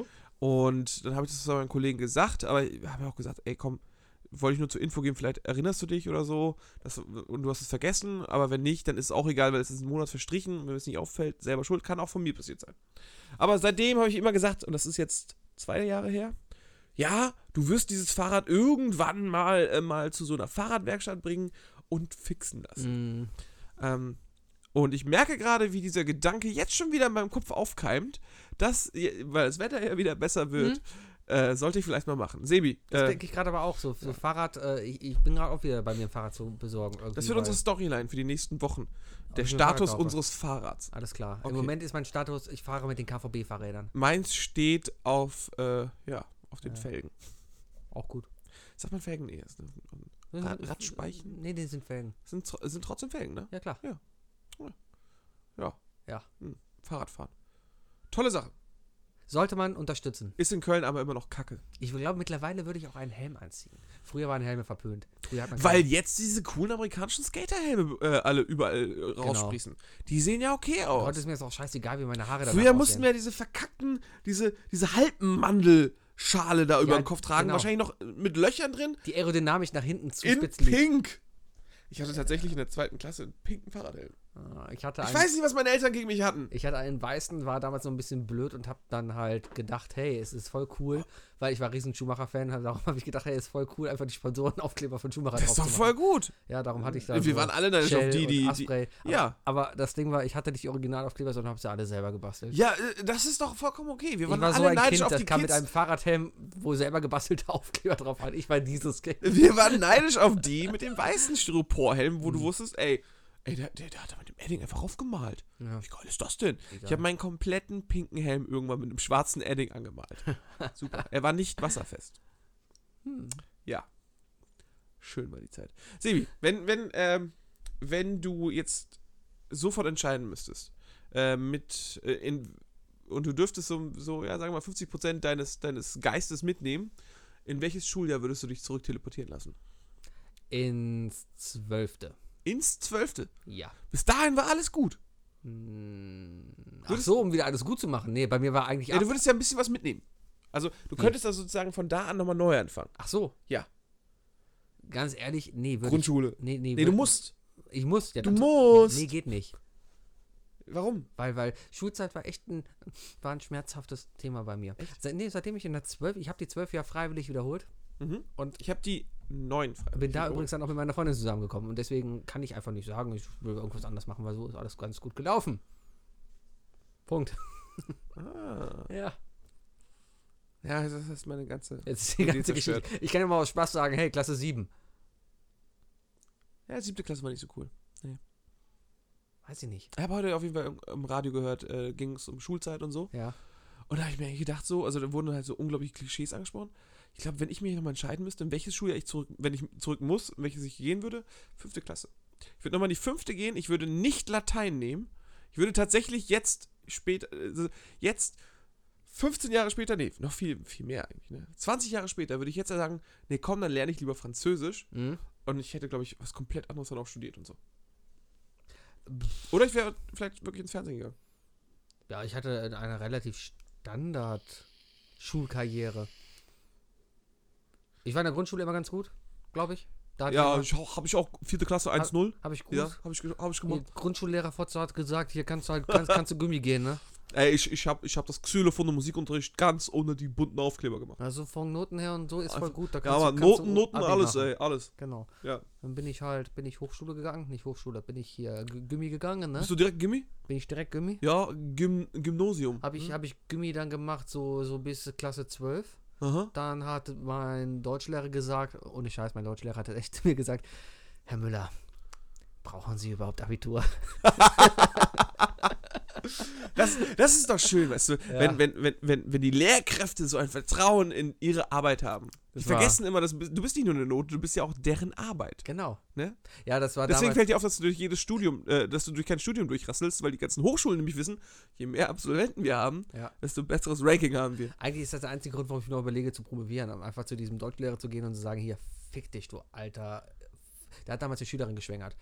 Und dann habe ich das zu meinem Kollegen gesagt, aber ich habe auch gesagt, ey, komm, wollte ich nur zur Info geben, vielleicht erinnerst du dich oder so das, und du hast es vergessen, aber wenn nicht, dann ist es auch egal, weil es ist ein Monat verstrichen, wenn es nicht auffällt, selber schuld, kann auch von mir passiert sein. Aber seitdem habe ich immer gesagt, und das ist jetzt zwei Jahre her, ja, du wirst dieses Fahrrad irgendwann mal, äh, mal zu so einer Fahrradwerkstatt bringen und fixen lassen. Mhm. Ähm, und ich merke gerade, wie dieser Gedanke jetzt schon wieder in meinem Kopf aufkeimt, dass, weil das Wetter ja wieder besser wird, äh, sollte ich vielleicht mal machen. Sebi, Das äh, denke ich gerade aber auch. So, so Fahrrad, äh, ich, ich bin gerade auch wieder bei mir ein Fahrrad zu besorgen. Irgendwie, das wird weil- unsere Storyline für die nächsten Wochen. Der ich mir ein Fahrrad Status kaufe. unseres Fahrrads. Alles klar. Okay. Im Moment ist mein Status, ich fahre mit den K V B-Fahrrädern. Meins steht auf, äh, ja, auf den Ja. Felgen. Auch gut. Sagt man Felgen? Nee, das sind, Rad- Radspeichen? Nee, die sind Felgen. sind, tro- sind trotzdem Felgen, ne? Ja, klar. Ja. Ja. Hm. Fahrradfahren. Tolle Sache. Sollte man unterstützen. Ist in Köln aber immer noch kacke. Ich glaube, mittlerweile würde ich auch einen Helm anziehen. Früher waren Helme verpönt. Früher hat man Weil keine- jetzt diese coolen amerikanischen Skaterhelme äh, alle überall äh, raussprießen. Die sehen ja okay aus. Heute ist mir jetzt auch scheißegal, wie meine Haare danach Früher mussten aussehen. wir diese verkackten, diese, diese Halbmandelschale da über Ja, den Kopf tragen. genau. Wahrscheinlich noch mit Löchern drin. die Aerodynamik nach hinten zu In spitz liegt. pink. Ich hatte tatsächlich in der zweiten Klasse einen pinken Fahrradhelm. Ah, Ich hatte Ich einen, weiß nicht, was meine Eltern gegen mich hatten. ich hatte einen weißen, war damals so ein bisschen blöd und habe dann halt gedacht, hey, es ist voll cool, weil ich war riesen Schumacher-Fan, also darum habe ich gedacht, hey, es ist voll cool, einfach die Sponsorenaufkleber von Schumacher Das ist doch drauf zu voll machen. gut. Ja, darum hatte ich da Wir so waren alle neidisch auf Shell die, und die- die- Asprey. Aber, ja. aber das Ding war, ich hatte nicht die Originalaufkleber, sondern habe sie alle selber gebastelt. Ja, äh, das ist doch vollkommen okay. Wir Ich waren war so alle ein neidisch Kind, auf das die kam mit Kids. einem Fahrradhelm, wo selber gebastelte Aufkleber drauf waren. Ich war dieses Kind. Wir waren neidisch auf die mit dem weißen Styroporhelm, wo Mhm. du wusstest, ey, ey, der, der, der hat da mit dem Edding einfach aufgemalt. Ja. Wie geil ist das denn? Egal. Ich habe meinen kompletten pinken Helm irgendwann mit einem schwarzen Edding angemalt. Super. Er war nicht wasserfest. Hm. Ja. Schön war die Zeit. Sebi, wenn, wenn, ähm, wenn du jetzt sofort entscheiden müsstest, äh, mit, äh, in, und du dürftest so, so, ja, sagen wir mal, fünfzig Prozent deines, deines Geistes mitnehmen, in welches Schuljahr würdest du dich zurück teleportieren lassen? Ins Zwölfte. Ins Zwölfte. Ja. Bis dahin war alles gut. Hm. Ach Würdest- so, um wieder alles gut zu machen. Nee, bei mir war eigentlich. Ja, ab- du würdest ja ein bisschen was mitnehmen. Also, du könntest da sozusagen von da an nochmal neu anfangen. Ach so. Ja. Ganz ehrlich, nee, würde ich. Grundschule. Nee, nee, Nee, du würd- musst. Ich muss, ja. Du das- musst. Nee, geht nicht. Warum? Weil, weil Schulzeit war echt ein, war ein schmerzhaftes Thema bei mir. Seit, nee, seitdem ich in der zwölf, ich habe die zwölf Jahre freiwillig wiederholt Mhm. und Ich habe die neun frei. bin da übrigens dann auch mit meiner Freundin zusammengekommen. Und deswegen kann ich einfach nicht sagen, ich will irgendwas anderes machen, weil so ist alles ganz gut gelaufen. Punkt. Ah. Ja. Ja, das ist meine ganze. Jetzt ist die Idee ganze zerstört. Geschichte. Ich kann ja mal aus Spaß sagen, hey, Klasse sieben. Ja, siebte Klasse war nicht so cool. Nee. Weiß ich nicht. Ich habe heute auf jeden Fall im, im Radio gehört, äh, ging es um Schulzeit und so. Ja. Und da habe ich mir gedacht, so, also da wurden halt so unglaublich Klischees angesprochen. Ich glaube, wenn ich mich nochmal entscheiden müsste, in welches Schuljahr ich zurück, wenn ich zurück muss, in welches ich gehen würde, fünfte Klasse. Ich würde nochmal in die fünfte gehen, ich würde nicht Latein nehmen. Ich würde tatsächlich jetzt später, also jetzt fünfzehn Jahre später, nee, noch viel, viel mehr eigentlich, ne? zwanzig Jahre später würde ich jetzt sagen, nee, komm, dann lerne ich lieber Französisch. Mhm. Und ich hätte, glaube ich, was komplett anderes dann auch studiert und so. Oder ich wäre vielleicht wirklich ins Fernsehen gegangen. Ja, ich hatte eine relativ Standard-Schulkarriere. Ich war in der Grundschule immer ganz gut, glaube ich. Da hatte Ja, immer- ich auch- habe ich auch vierte Klasse eins null. Habe ich gut. Ja, habe ich, ge- hab ich gemacht. Der Grundschullehrer Fotze hat gesagt, hier kannst du halt, kannst, kannst du Gummi gehen, ne? Ey, ich, ich habe ich hab das Xylophon im Musikunterricht ganz ohne die bunten Aufkleber gemacht. Also von Noten her und so ist voll Einfach- gut. Da Ja, kannst aber du, kannst Noten, du Noten, Abi alles, machen. ey, alles. Genau. Ja. Dann bin ich halt, bin ich Hochschule gegangen, nicht Hochschule, bin ich hier G- Gummi gegangen, ne? Bist du direkt Gimmi? Bin ich direkt Gummi. Ja, Gym, Gymnasium. Habe ich, hab ich Gummi dann gemacht, so, so bis Klasse zwölf. Aha. Dann hat mein Deutschlehrer gesagt, ohne Scheiß, mein Deutschlehrer hat echt zu mir gesagt, Herr Müller, brauchen Sie überhaupt Abitur? Das, das ist doch schön, weißt du, Ja. wenn, wenn, wenn, wenn, wenn die Lehrkräfte so ein Vertrauen in ihre Arbeit haben. Die Das war- vergessen immer, dass du bist, du bist nicht nur eine Note, du bist ja auch deren Arbeit. Genau. Ne? Ja, das war Deswegen damals, fällt dir auf, dass du durch jedes Studium, äh, dass du durch kein Studium durchrasselst, weil die ganzen Hochschulen nämlich wissen, je mehr Absolventen wir haben, Ja. desto besseres Ranking haben wir. eigentlich ist das der einzige Grund, warum ich mir noch überlege zu promovieren, um einfach zu diesem Deutschlehrer zu gehen und zu sagen, hier, fick dich, du Alter. Der hat damals eine Schülerin geschwängert.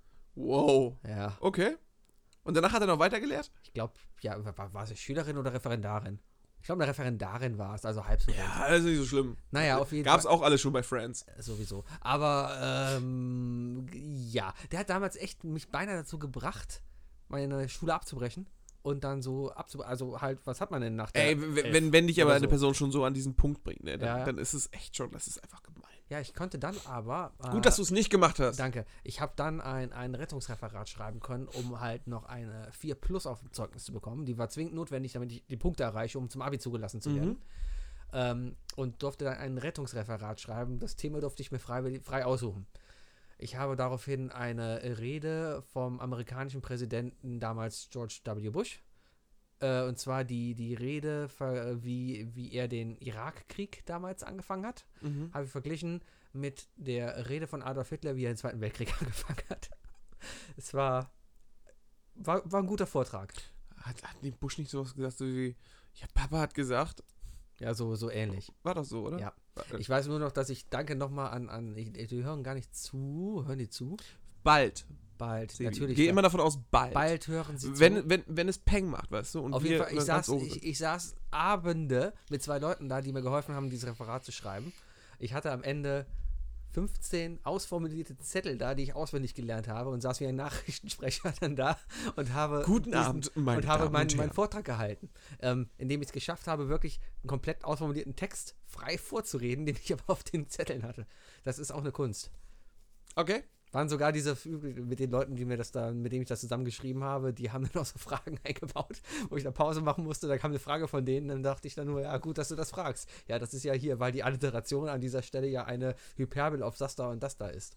Wow. Ja. Okay. Und danach hat er noch weitergelehrt? Ich glaube, ja, war, war sie Schülerin oder Referendarin? Ich glaube, eine Referendarin war es, also halb so. wild. Ja, das ist nicht so schlimm. Naja, auf jeden Gab's Fall. auch alles schon bei Friends. Sowieso. Aber, ähm, ja, der hat damals echt mich beinahe dazu gebracht, meine Schule abzubrechen und dann so abzubrechen. Also halt, was hat man denn nach der Ey, w- elf wenn, wenn dich aber oder eine so? Person schon so an diesen Punkt bringt, ne, dann, Ja, ja. dann ist es echt schon, das ist einfach gemein. Ja, ich konnte dann aber... Äh, Gut, dass du es nicht gemacht hast. Danke. Ich habe dann ein, ein Rettungsreferat schreiben können, um halt noch eine vier plus auf dem Zeugnis zu bekommen. Die war zwingend notwendig, damit ich die Punkte erreiche, um zum Abi zugelassen zu werden. Mhm. Ähm, und durfte dann ein Rettungsreferat schreiben. Das Thema durfte ich mir frei, frei aussuchen. Ich habe daraufhin eine Rede vom amerikanischen Präsidenten, damals George W. Bush, äh, und zwar die, die Rede, ver- wie, wie er den Irakkrieg damals angefangen hat, Mhm. habe ich verglichen mit der Rede von Adolf Hitler, wie er den Zweiten Weltkrieg angefangen hat. Es war, war, war ein guter Vortrag. Hat, hat die Bush nicht sowas gesagt, so wie, ja, Papa hat gesagt, Ja, so, so ähnlich. war doch so, oder? Ja. War- Ich weiß nur noch, dass ich danke nochmal an, an ich, die hören gar nicht zu, hören die zu? Bald. Bald, Sebi. natürlich. Geh immer davon aus, bald. bald hören sie zu. Wenn, wenn, wenn es Peng macht, weißt du? Und Auf wir jeden Fall, ich dann ganz saß, oben ich, sind. ich saß Abende mit zwei Leuten da, die mir geholfen haben, dieses Referat zu schreiben. Ich hatte am Ende fünfzehn ausformulierte Zettel da, die ich auswendig gelernt habe und saß wie ein Nachrichtensprecher dann da und habe Guten diesen- Abend, meine und habe Damen meinen, und meinen Herren. Vortrag gehalten, ähm, indem ich es geschafft habe, wirklich einen komplett ausformulierten Text frei vorzureden, den ich aber auf den Zetteln hatte. Das ist auch eine Kunst. Okay. Waren sogar diese, mit den Leuten, die mir das da, mit denen ich das zusammengeschrieben habe, die haben dann auch so Fragen eingebaut, wo ich dann Pause machen musste, da kam eine Frage von denen, dann dachte ich dann nur, ja gut, dass du das fragst. Ja, das ist ja hier, weil die Alliteration an dieser Stelle ja eine Hyperbel auf das da und das da ist.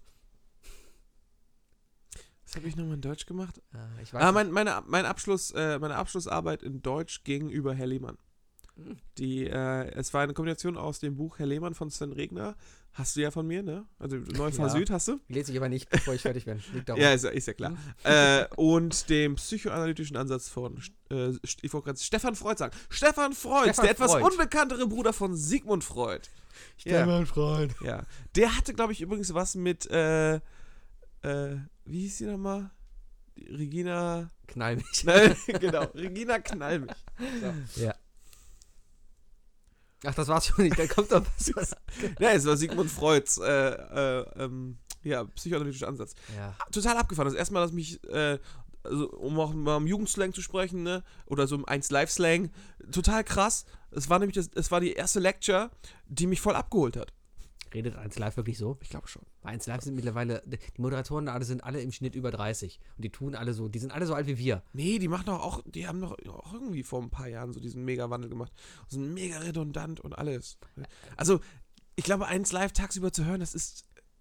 Was habe ich nochmal in Deutsch gemacht? Äh, ich weiß Ah, nicht. mein, meine, mein Abschluss, äh, meine Abschlussarbeit in Deutsch gegenüber Herr Lehmann. Hm. Die, äh, es war eine Kombination aus dem Buch Herr Lehmann von Sven Regner. Hast du ja von mir, ne? Also Neufahr Ja. Süd hast du? Lese ich aber nicht, bevor ich fertig bin. Liegt darum. Ja, ist, ja- ist ja klar. Hm. äh, und dem psychoanalytischen Ansatz von, äh, ich wollte gerade Stefan Freud sagen. Stefan Freud, Stefan der etwas Freud. unbekanntere Bruder von Sigmund Freud. Ja, Freund. ja. Der hatte, glaube ich, übrigens was mit, äh, äh, wie hieß die nochmal? Die Regina, Knall mich. nein, genau, Regina Knallmich. Ja. Ach, das war's schon nicht, da kommt doch was. Ja, es war Sigmund Freuds, äh, äh, ähm, ja, psychoanalytischer Ansatz. Ja. Total abgefahren. Das erste Mal, dass mich, äh, also, um auch mal im Jugendslang zu sprechen, ne, oder so im eins Live Slang, total krass. Es war nämlich, das, es war die erste Lecture, die mich voll abgeholt hat. Redet eins Live wirklich so? Ich glaube schon. Bei eins Live sind mittlerweile, die Moderatoren alle sind alle im Schnitt über dreißig. Und die tun alle so, die sind alle so alt wie wir. Nee, die machen doch auch, die haben doch auch irgendwie vor ein paar Jahren so diesen Mega-Wandel gemacht. Sind mega redundant und alles. Also, ich glaube, eins Live tagsüber zu hören, das ist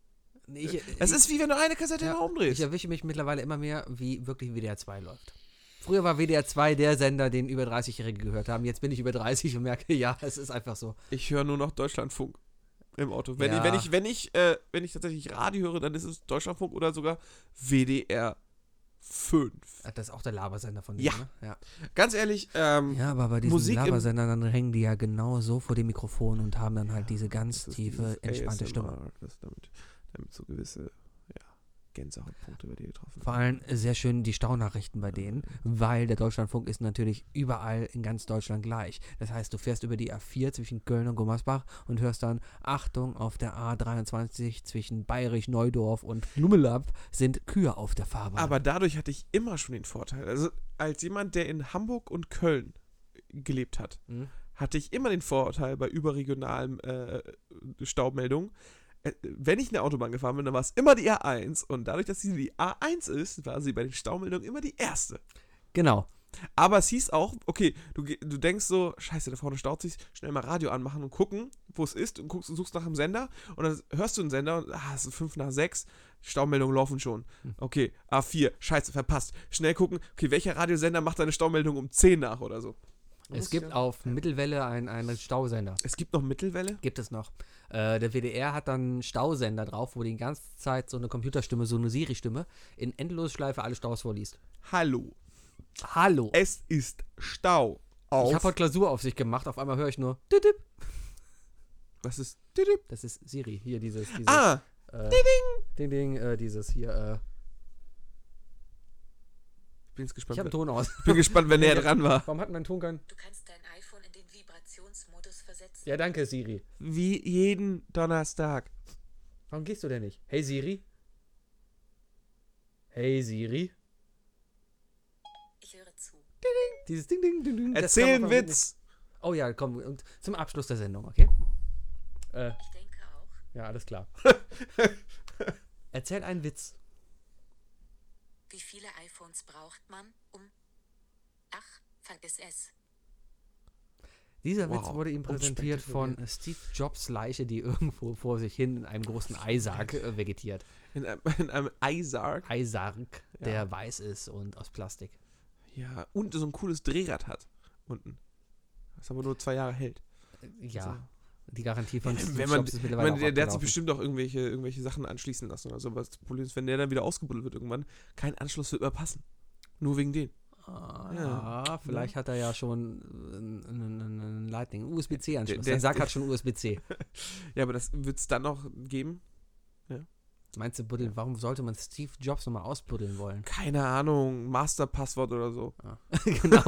Ich, Das ich, ist wie wenn du eine Kassette ja, immer umdrehst. ich erwische mich mittlerweile immer mehr, wie wirklich W D R zwei läuft. Früher war W D R zwei der Sender, den über dreißigjährige gehört haben. Jetzt bin ich über dreißig und merke, ja, es ist einfach so. Ich höre nur noch Deutschlandfunk im Auto. Wenn Ja. ich, wenn ich, wenn ich, äh, wenn ich tatsächlich Radio höre, dann ist es Deutschlandfunk oder sogar W D R fünf. Das ist auch der Labersender von denen, Ja. ne? Ja. Ganz ehrlich, ähm, Ja, aber bei diesen Musik im- Labersendern, dann hängen die ja genau so vor dem Mikrofon und haben dann halt diese ganz das ist tiefe, dieses entspannte A S M R, Stimme. Das damit, damit so gewisse, ja, Gänsehautpunkte bei dir getroffen. Vor allem sehr schön die Staunachrichten bei denen, weil der Deutschlandfunk ist natürlich überall in ganz Deutschland gleich. Das heißt, du fährst über die A vier zwischen Köln und Gummersbach und hörst dann, Achtung, auf der A dreiundzwanzig zwischen Bayerisch, Neudorf und Lummelab sind Kühe auf der Fahrbahn. Aber dadurch hatte ich immer schon den Vorteil. Also als jemand, der in Hamburg und Köln gelebt hat, Hm? hatte ich immer den Vorteil bei überregionalen äh, Staumeldungen. Äh, wenn ich eine Autobahn gefahren bin, dann war es immer die A eins. Und dadurch, dass sie die A eins ist, war sie bei den Staumeldungen immer die erste. Genau. Aber es hieß auch, okay, du, ge- du denkst so, scheiße, da vorne staut sich, schnell mal Radio anmachen und gucken, wo es ist und guckst und suchst nach einem Sender und dann hörst du einen Sender und ah, es ist fünf nach sechs, Staumeldungen laufen schon. Okay, A vier, scheiße, verpasst. Schnell gucken, okay, welcher Radiosender macht seine Staumeldung um zehn nach oder so. Es gibt auf Mittelwelle einen, einen Stausender. Es gibt noch Mittelwelle? Gibt es noch. Äh, der W D R hat dann einen Stausender drauf, wo die ganze Zeit so eine Computerstimme, so eine Siri-Stimme, in Endlosschleife alle Staus vorliest. Hallo, Hallo. es ist Stau. Auf. Ich habe heute Klausuraufsicht gemacht, auf einmal höre ich nur Didip. Was ist? Das ist Siri, hier dieses, dieses Ah, äh, Ding Ding, äh, dieses hier, äh, ich bin jetzt ich gespannt. habe einen Ton aus. Ich bin gespannt, wer näher dran war. Warum hat mein Ton keinen? Du kannst dein iPhone in den Vibrationsmodus versetzen. Ja, danke Siri. Wie jeden Donnerstag. Warum gehst du denn nicht? Hey Siri? Hey Siri? Ich höre zu. Dieses Ding Ding Ding Ding. das Erzähl kann einen man einfach Witz. nicht- Oh ja, komm, und zum Abschluss der Sendung, okay? Äh, Ich denke auch. ja, alles klar. Erzähl einen Witz. Wie viele iPhones braucht man, um... Ach, vergiss es. Dieser Wow, Witz wurde ihm präsentiert von Steve Jobs Leiche, die irgendwo vor sich hin in einem großen Eisarg äh, vegetiert. In einem, in einem Eisarg. Eisarg, Ja. der weiß ist und aus Plastik. Ja, und so ein cooles Drehrad hat. Unten. Das aber nur zwei Jahre hält. Äh, Ja, Also, die Garantie von Steve wenn man, Jobs ist ich mittlerweile meine, der, der hat sich auch bestimmt auch irgendwelche, irgendwelche Sachen anschließen lassen oder so. Aber das Problem ist, wenn der dann wieder ausgebuddelt wird irgendwann, kein Anschluss wird mehr passen. Nur wegen den. Ah, Ja. ja, vielleicht hat er ja schon einen, einen, einen Lightning, einen U S B C-Anschluss. Der- Der, der- Sack hat schon U S B C. Ja, aber das wird es dann noch geben? Meinst du, buddeln, warum sollte man Steve Jobs nochmal ausbuddeln wollen? Keine Ahnung, Masterpasswort oder so. Ah. Genau.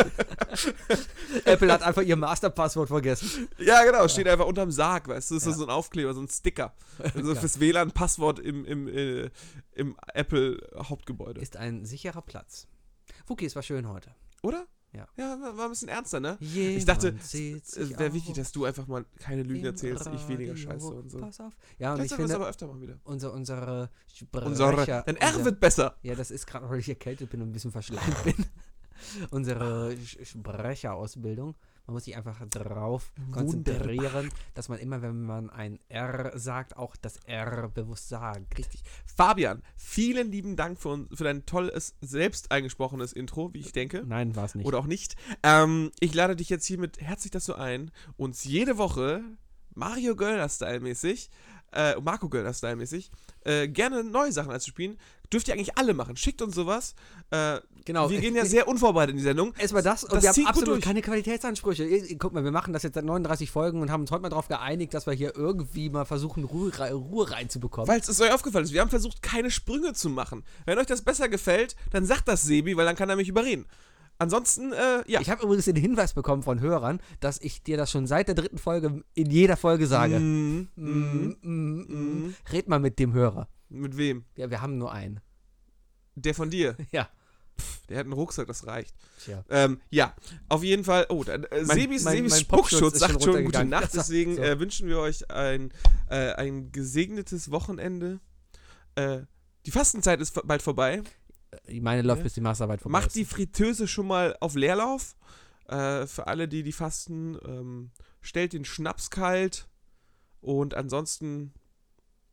Apple hat einfach ihr Masterpasswort vergessen. Ja, genau, steht einfach unterm Sarg, weißt du, das Ja. ist so ein Aufkleber, so ein Sticker. Also Ja. fürs W L A N-Passwort im, im, äh, im Apple-Hauptgebäude. Ist ein sicherer Platz. Fuki, es war schön heute. Oder? Ja. Ja, war war ein bisschen ernster, ne? Jemand Ich dachte, sieht es sich wäre wichtig, auf dass du einfach mal keine Lügen im erzählst, ich weniger Radio. Scheiße und so. Pass auf. Ja, und Vielleicht ich sollten wir es finde, aber öfter machen wieder. unser, unsere Sprecher... Unsere, dein R unser- wird besser. Ja, das ist gerade, weil ich erkältet bin und ein bisschen verschleimt bin. Unsere Sch- Sprecherausbildung. Man muss sich einfach drauf konzentrieren, dass man immer, wenn man ein R sagt, auch das R bewusst sagt. Richtig. Fabian, vielen lieben Dank für, uns, für dein tolles, selbst eingesprochenes Intro, wie ich denke. Nein, war es nicht. Oder auch nicht. Ähm, ich lade dich jetzt hiermit herzlich dazu ein, uns jede Woche Mario Göllner-Style-mäßig, äh, Marco Göllner-Style-mäßig, äh, gerne neue Sachen einzuspielen. Dürft ihr eigentlich alle machen. Schickt uns sowas. Äh, Genau. Wir gehen ja sehr unvorbereitet in die Sendung. Erstmal das und Das wir zieht haben gut absolut durch. keine Qualitätsansprüche. Ihr- ihr- Guck mal, wir machen das jetzt seit neununddreißig Folgen und haben uns heute mal darauf geeinigt, dass wir hier irgendwie mal versuchen, Ruhe, rei- Ruhe reinzubekommen. Weil es euch aufgefallen ist, wir haben versucht, keine Sprünge zu machen. Wenn euch das besser gefällt, dann sagt das Sebi, weil dann kann er mich überreden. Ansonsten, äh, ja. Ich habe übrigens den Hinweis bekommen von Hörern, dass ich dir das schon seit der dritten Folge in jeder Folge sage. Mm, Mm, mm, mm, mm. mm. Red mal mit dem Hörer. Mit wem? Ja, wir haben nur einen. Der von dir. Ja. Der hat einen Rucksack, das reicht. Tja. Ähm, ja, auf jeden Fall. Oh, dann, äh, Mein- Sebis, mein- Sebis mein Spuckschutz Popschutz ist sagt schon schon gute runtergegangen. Nacht. Das sagt Deswegen so. äh, wünschen wir euch ein, äh, ein gesegnetes Wochenende. Äh, die Fastenzeit ist bald vorbei. Meine läuft Ja. bis die Masterarbeit vorbei Macht ist. die Fritteuse schon mal auf Leerlauf. Äh, für alle, die die fasten, ähm, stellt den Schnaps kalt. Und ansonsten, ja,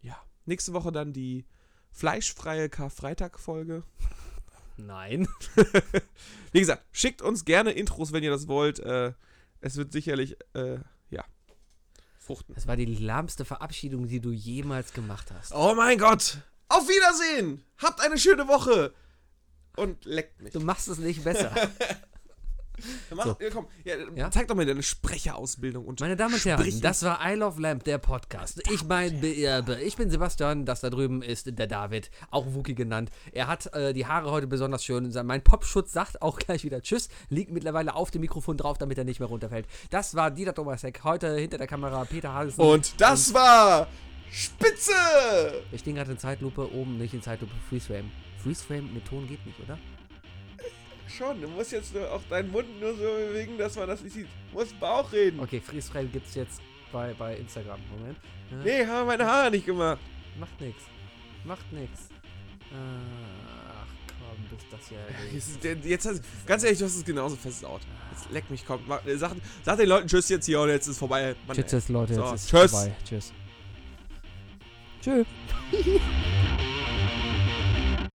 Nächste Woche dann die fleischfreie Karfreitag-Folge. Nein. Wie gesagt, schickt uns gerne Intros, wenn ihr das wollt. Äh, es wird sicherlich, äh, ja, fruchten. Das war die lahmste Verabschiedung, die du jemals gemacht hast. Oh mein Gott! Auf Wiedersehen! Habt eine schöne Woche! Und leckt mich. Du machst es nicht besser. Mach, So. ja, komm, ja, Ja? zeig doch mal deine Sprecherausbildung. Und Meine Damen und Herren, sprich das war I Love Lamp, der Podcast. Ich mein, be- ich bin Sebastian, das da drüben ist der David, auch Wookie genannt. Er hat äh, die Haare heute besonders schön. Mein Popschutz sagt auch gleich wieder Tschüss, liegt mittlerweile auf dem Mikrofon drauf, damit er nicht mehr runterfällt. Das war Dieter Thomasek, heute hinter der Kamera Peter Hagesen. Und das war Spitze! Wir stehen gerade in Zeitlupe, oben nicht in Zeitlupe, Freeze-Frame. Freeze-Frame mit Ton geht nicht, oder? Schon, du musst jetzt nur auch deinen Mund nur so bewegen, dass man das nicht sieht. Du musst Bauch reden. Okay, Freeze-Frame gibt's jetzt bei, bei Instagram. Moment. Ja, Nee, haben meine Haare nicht gemacht. Macht nix. Macht nix. Ach komm, bis das ja... Jetzt, ist- jetzt hast, ganz ehrlich, du hast es genauso versaut. Jetzt leck mich, komm. Mach, sag, sag den Leuten Tschüss jetzt hier und jetzt ist vorbei. Mann, ey. Tschüss, Leute, So, jetzt ist tschüss. vorbei. Tschüss. Tschüss.